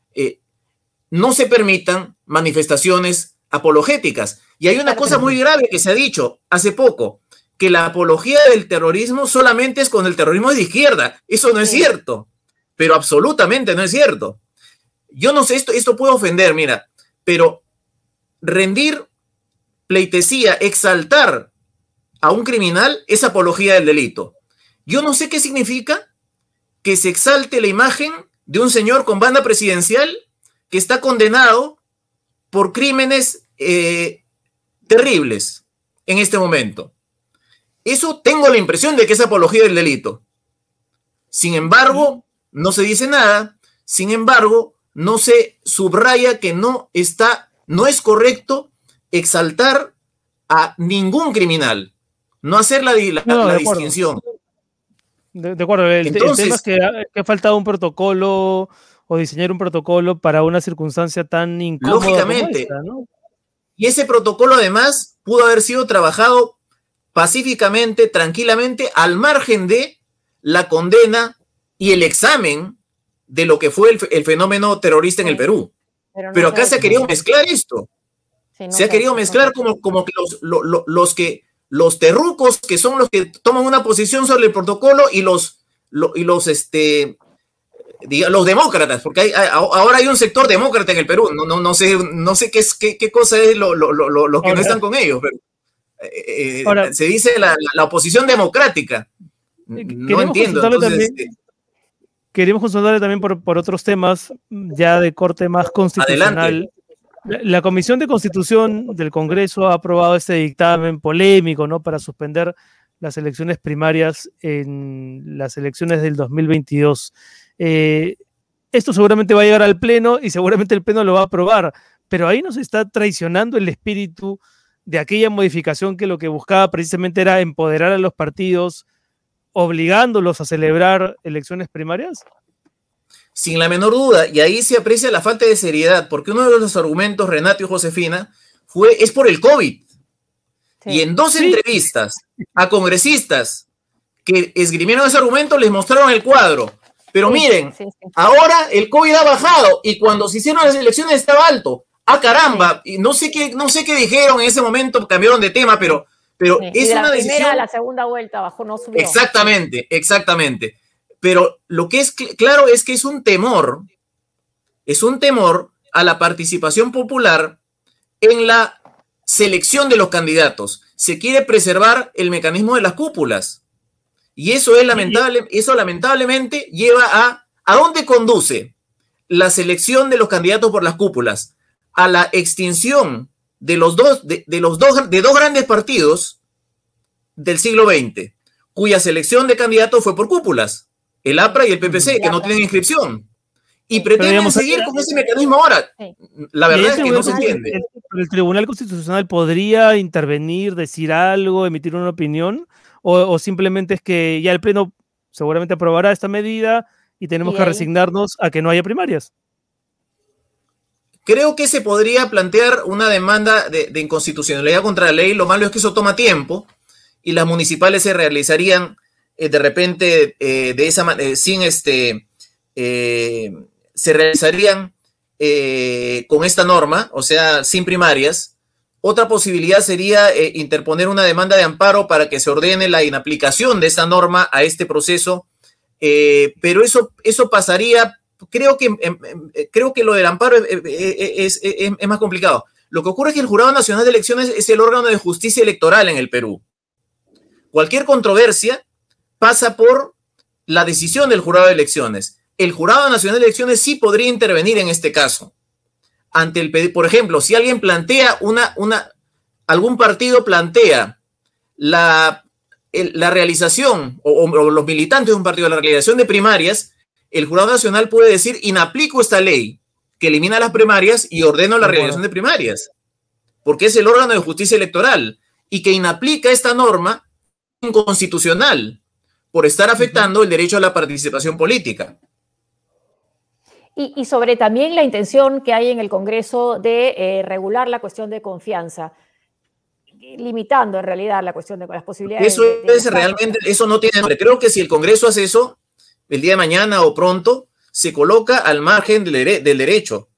no se permitan manifestaciones apologéticas. Y hay una cosa muy grave que se ha dicho hace poco, que la apología del terrorismo solamente es con el terrorismo de izquierda. Eso no es cierto, pero absolutamente no es cierto. Yo no sé, esto puede ofender, mira, pero rendir pleitesía, exaltar a un criminal es apología del delito. Yo no sé qué significa que se exalte la imagen de un señor con banda presidencial que está condenado por crímenes terribles en este momento. Eso tengo la impresión de que es apología del delito. Sin embargo, no se dice nada. Sin embargo, no se subraya que no es correcto exaltar a ningún criminal. No hacer la distinción. De acuerdo, el tema es que ha faltado un protocolo o diseñar un protocolo para una circunstancia tan incómoda. Lógicamente. Como esta, ¿no? Y ese protocolo además pudo haber sido trabajado pacíficamente, tranquilamente, al margen de la condena y el examen de lo que fue el fenómeno terrorista en el Perú. Pero acá se ha querido mezclar esto. Se ha querido mezclar como que los terrucos, que son los que toman una posición sobre el protocolo, y los demócratas, porque ahora hay un sector demócrata en el Perú. No sé qué cosa es lo que no están con ellos, pero ahora, se dice la oposición democrática. No entiendo. Entonces, queremos consultarle también por otros temas ya de corte más constitucional. Adelante. La Comisión de Constitución del Congreso ha aprobado este dictamen polémico, ¿no?, para suspender las elecciones primarias en las elecciones del 2022. Esto seguramente va a llegar al Pleno y seguramente el Pleno lo va a aprobar, pero ahí nos está traicionando el espíritu de aquella modificación que lo que buscaba precisamente era empoderar a los partidos, obligándolos a celebrar elecciones primarias. Sin la menor duda, y ahí se aprecia la falta de seriedad, porque uno de los argumentos, Renato y Josefina, es por el COVID. Sí. Y en dos entrevistas a congresistas que esgrimieron ese argumento, les mostraron el cuadro. Pero miren, ahora el COVID ha bajado y cuando se hicieron las elecciones estaba alto. ¡Ah, caramba! Y no sé qué dijeron en ese momento, cambiaron de tema, pero es una decisión. Primera a la segunda vuelta bajó, no subió. Exactamente. Pero lo que es claro es que es un temor a la participación popular en la selección de los candidatos. Se quiere preservar el mecanismo de las cúpulas. Y eso es lamentable, eso lamentablemente lleva ¿a dónde conduce la selección de los candidatos por las cúpulas? A la extinción de dos grandes partidos del siglo XX, cuya selección de candidatos fue por cúpulas. El APRA y el PPC, que no tienen inscripción. Y pretenden seguir con ese mecanismo ahora. La verdad es que no se entiende. ¿El Tribunal Constitucional podría intervenir, decir algo, emitir una opinión? ¿O simplemente es que ya el Pleno seguramente aprobará esta medida y tenemos que resignarnos a que no haya primarias? Creo que se podría plantear una demanda de inconstitucionalidad contra la ley. Lo malo es que eso toma tiempo y las municipales se realizarían de repente de esa manera, se realizarían con esta norma, o sea, sin primarias. Otra posibilidad sería interponer una demanda de amparo para que se ordene la inaplicación de esta norma a este proceso, pero eso pasaría, creo que lo del amparo es más complicado. Lo que ocurre es que el Jurado Nacional de Elecciones es el órgano de justicia electoral en el Perú. Cualquier controversia pasa por la decisión del Jurado de Elecciones. El Jurado Nacional de Elecciones sí podría intervenir en este caso. Ante el, por ejemplo, si alguien plantea algún partido plantea la realización, o los militantes de un partido, la realización de primarias, el Jurado Nacional puede decir: inaplico esta ley que elimina las primarias y ordeno la realización de primarias, porque es el órgano de justicia electoral, y que inaplica esta norma inconstitucional por estar afectando el derecho a la participación política. Y sobre también la intención que hay en el Congreso de regular la cuestión de confianza, limitando en realidad la cuestión de las posibilidades. Eso no tiene nombre. Creo que si el Congreso hace eso, el día de mañana o pronto, se coloca al margen del derecho.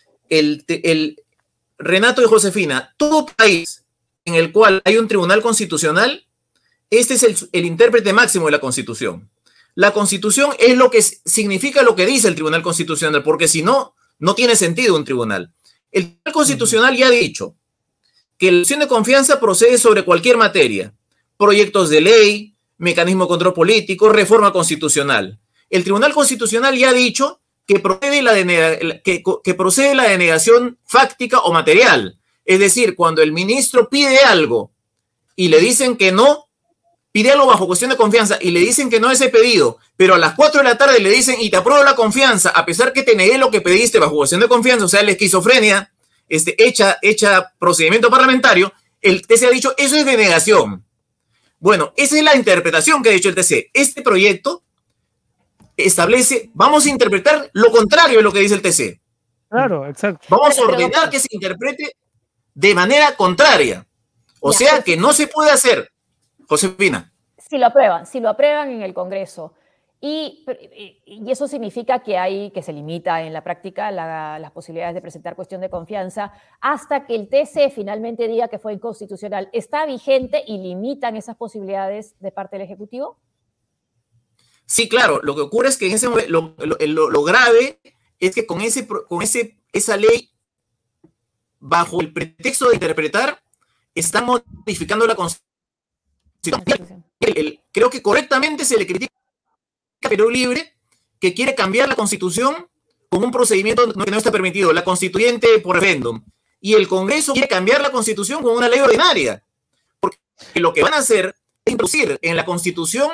Renato y Josefina, todo país en el cual hay un tribunal constitucional, este es el intérprete máximo de la Constitución. La Constitución es lo que significa lo que dice el Tribunal Constitucional, porque si no, no tiene sentido un tribunal. El Tribunal Constitucional ya ha dicho que la elección de confianza procede sobre cualquier materia: proyectos de ley, mecanismo de control político, reforma constitucional. El Tribunal Constitucional ya ha dicho que procede la denegación fáctica o material. Es decir, cuando el ministro pide algo y le dicen que no, pide algo bajo cuestión de confianza y le dicen que no ese pedido, pero a las 4 de la tarde le dicen: y te apruebo la confianza, a pesar que te negué lo que pediste bajo cuestión de confianza, o sea, la esquizofrenia hecha procedimiento parlamentario, el TC ha dicho: eso es denegación. Bueno, esa es la interpretación que ha dicho el TC. Este proyecto establece, vamos a interpretar lo contrario de lo que dice el TC. Claro, exacto. Vamos a ordenar que se interprete de manera contraria. O sea, que no se puede hacer. Josefina. Si lo aprueban en el Congreso Y eso significa que se limita en la práctica las posibilidades de presentar cuestión de confianza hasta que el TC finalmente diga que fue inconstitucional. ¿Está vigente y limitan esas posibilidades de parte del Ejecutivo? Sí, claro. Lo que ocurre es que en ese momento, lo grave es que con esa ley, bajo el pretexto de interpretar, están modificando la Constitución. Creo que correctamente se le critica a Perú Libre que quiere cambiar la Constitución con un procedimiento que no está permitido, la constituyente por referéndum. Y el Congreso quiere cambiar la Constitución con una ley ordinaria. Porque lo que van a hacer es introducir en la Constitución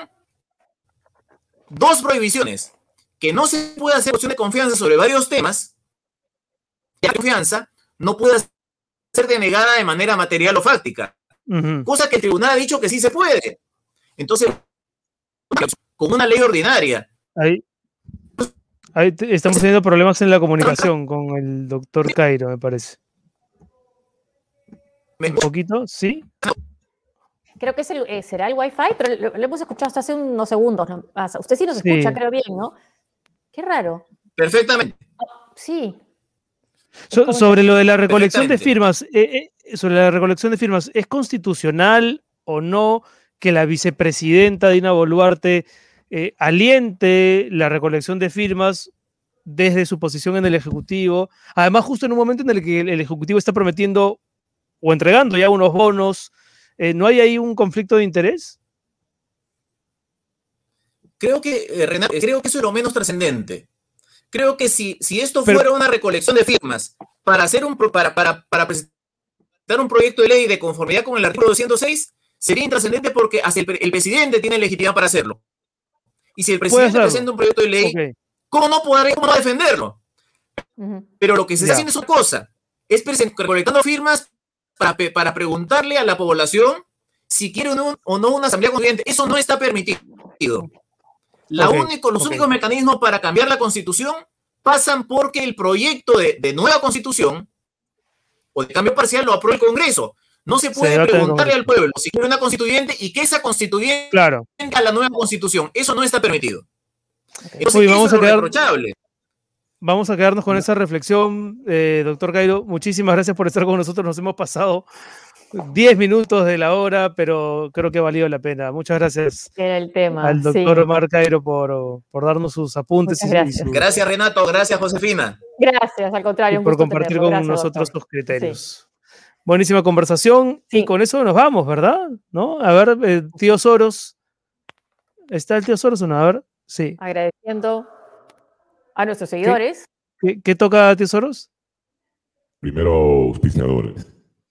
dos prohibiciones: que no se puede hacer cuestión de confianza sobre varios temas, y la confianza no puede ser denegada de manera material o fáctica. Cosa que el tribunal ha dicho que sí se puede. Entonces, con una ley ordinaria. Ahí estamos teniendo problemas en la comunicación con el doctor Cairo, me parece. ¿Un poquito? ¿Sí? Creo que será el Wi-Fi, pero lo hemos escuchado hasta hace unos segundos. ¿No? Usted sí nos escucha, creo bien, ¿no? Qué raro. Perfectamente. Sí. Sobre lo de la recolección de firmas, ¿es constitucional o no que la vicepresidenta Dina Boluarte aliente la recolección de firmas desde su posición en el Ejecutivo? Además, justo en un momento en el que el Ejecutivo está prometiendo o entregando ya unos bonos, ¿no hay ahí un conflicto de interés? Creo que, Renato, eso es lo menos trascendente. Creo que si esto fuera una recolección de firmas para presentar un proyecto de ley de conformidad con el artículo 206, sería intrascendente porque hasta el presidente tiene legitimidad para hacerlo. Y si el presidente presenta un proyecto de ley, ¿cómo no defenderlo? Pero lo que se está haciendo es una cosa, es recolectando firmas para preguntarle a la población si quiere o no una asamblea constituyente. Eso no está permitido. Los únicos mecanismos para cambiar la Constitución pasan porque el proyecto de nueva Constitución o de cambio parcial lo apruebe el Congreso. No se puede preguntarle al pueblo si quiere una constituyente y que esa constituyente tenga la nueva Constitución. Eso no está permitido. Entonces, vamos a quedarnos con esa reflexión, doctor Cairo. Muchísimas gracias por estar con nosotros. Nos hemos pasado 10 minutos de la hora, pero creo que ha valido la pena. Muchas gracias al doctor Omar Cairo por darnos sus apuntes. Gracias, Renato. Gracias, Josefina. Gracias, al contrario. Y por compartir con nosotros sus criterios. Buenísima conversación. Y con eso nos vamos, ¿verdad? ¿No? A ver, tío Soros. ¿Está el tío Soros o no? A ver, sí. Agradeciendo a nuestros seguidores. ¿Qué toca, tío Soros? Primero, auspiciadores.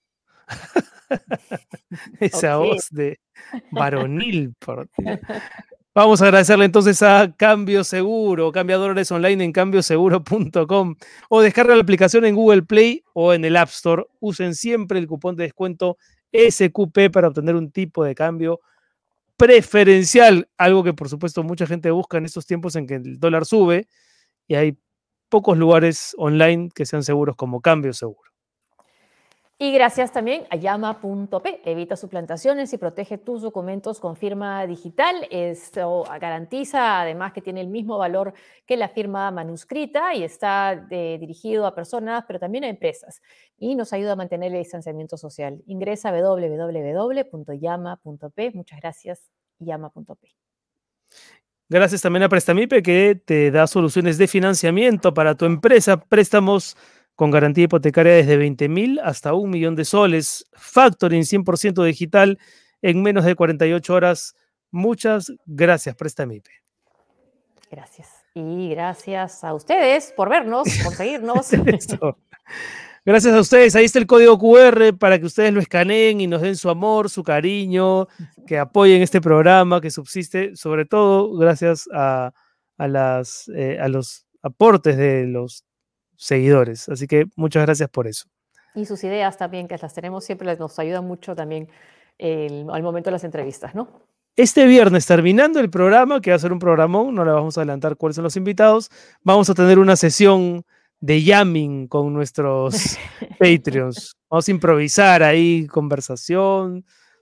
Esa voz de varonil, por Dios. Vamos a agradecerle entonces a Cambio Seguro, cambiadores online en cambioseguro.com, o descarga la aplicación en Google Play o en el App Store. Usen siempre el cupón de descuento SQP para obtener un tipo de cambio preferencial, algo que por supuesto mucha gente busca en estos tiempos en que el dólar sube y hay pocos lugares online que sean seguros como Cambio Seguro. Y gracias también a Llama.p. Evita suplantaciones y protege tus documentos con firma digital. Esto garantiza además que tiene el mismo valor que la firma manuscrita y está dirigido a personas, pero también a empresas. Y nos ayuda a mantener el distanciamiento social. Ingresa a www.llama.p. Muchas gracias, Llama.p. Gracias también a Prestamipe, que te da soluciones de financiamiento para tu empresa, préstamos con garantía hipotecaria desde 20.000 hasta 1 millón de soles. Factoring 100% digital en menos de 48 horas. Muchas gracias, Prestamipe. Gracias. Y gracias a ustedes por vernos, por seguirnos. Gracias a ustedes. Ahí está el código QR para que ustedes lo escaneen y nos den su amor, su cariño, que apoyen este programa que subsiste, sobre todo gracias a los aportes de los seguidores, así que muchas gracias por eso. Y sus ideas también, que las tenemos siempre, nos ayudan mucho también al momento de las entrevistas, ¿no? Este viernes, terminando el programa, que va a ser un programón, no le vamos a adelantar cuáles son los invitados, vamos a tener una sesión de jamming con nuestros Patreons. Vamos a improvisar ahí, conversación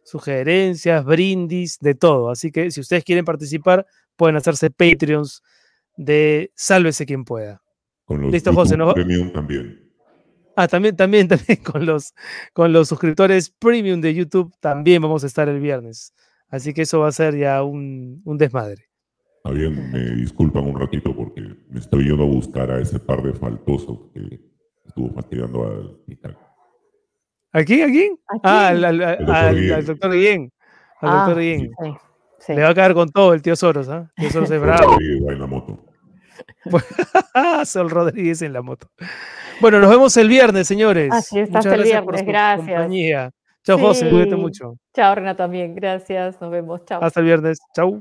sugerencias, brindis, de todo. Así que si ustedes quieren participar, pueden hacerse Patreons de Sálvese quien pueda. Con los Listo, José. Premium también. También con los suscriptores Premium de YouTube también vamos a estar el viernes. Así que eso va a ser ya un desmadre. Está bien, me disculpan un ratito porque me estoy yendo a buscar a ese par de faltosos que estuvo fastidiando al hospital. ¿A quién? Al doctor Guillén. Al doctor Guillén. Sí. Le va a caer con todo el tío Soros, ¿ah? Tío Soros es bravo. Va en la moto. Sol Rodríguez en la moto. Bueno, nos vemos el viernes, señores. Así es, hasta el viernes. Gracias. Compañía. Chao, José, cuídate mucho. Chao, Renato, también. Gracias. Nos vemos. Chao. Hasta el viernes. Chao.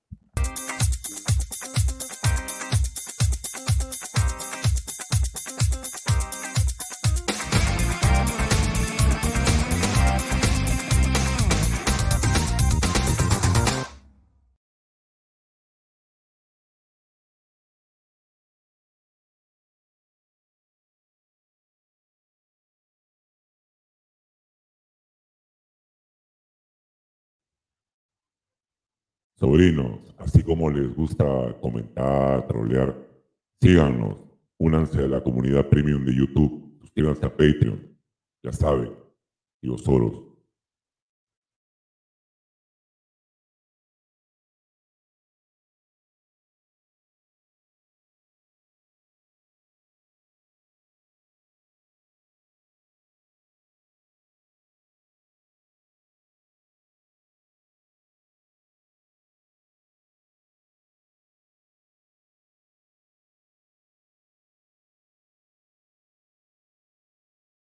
Sobrinos, así como les gusta comentar, trolear, síganos, únanse a la comunidad premium de YouTube, suscríbanse a Patreon, ya saben, tío Soros.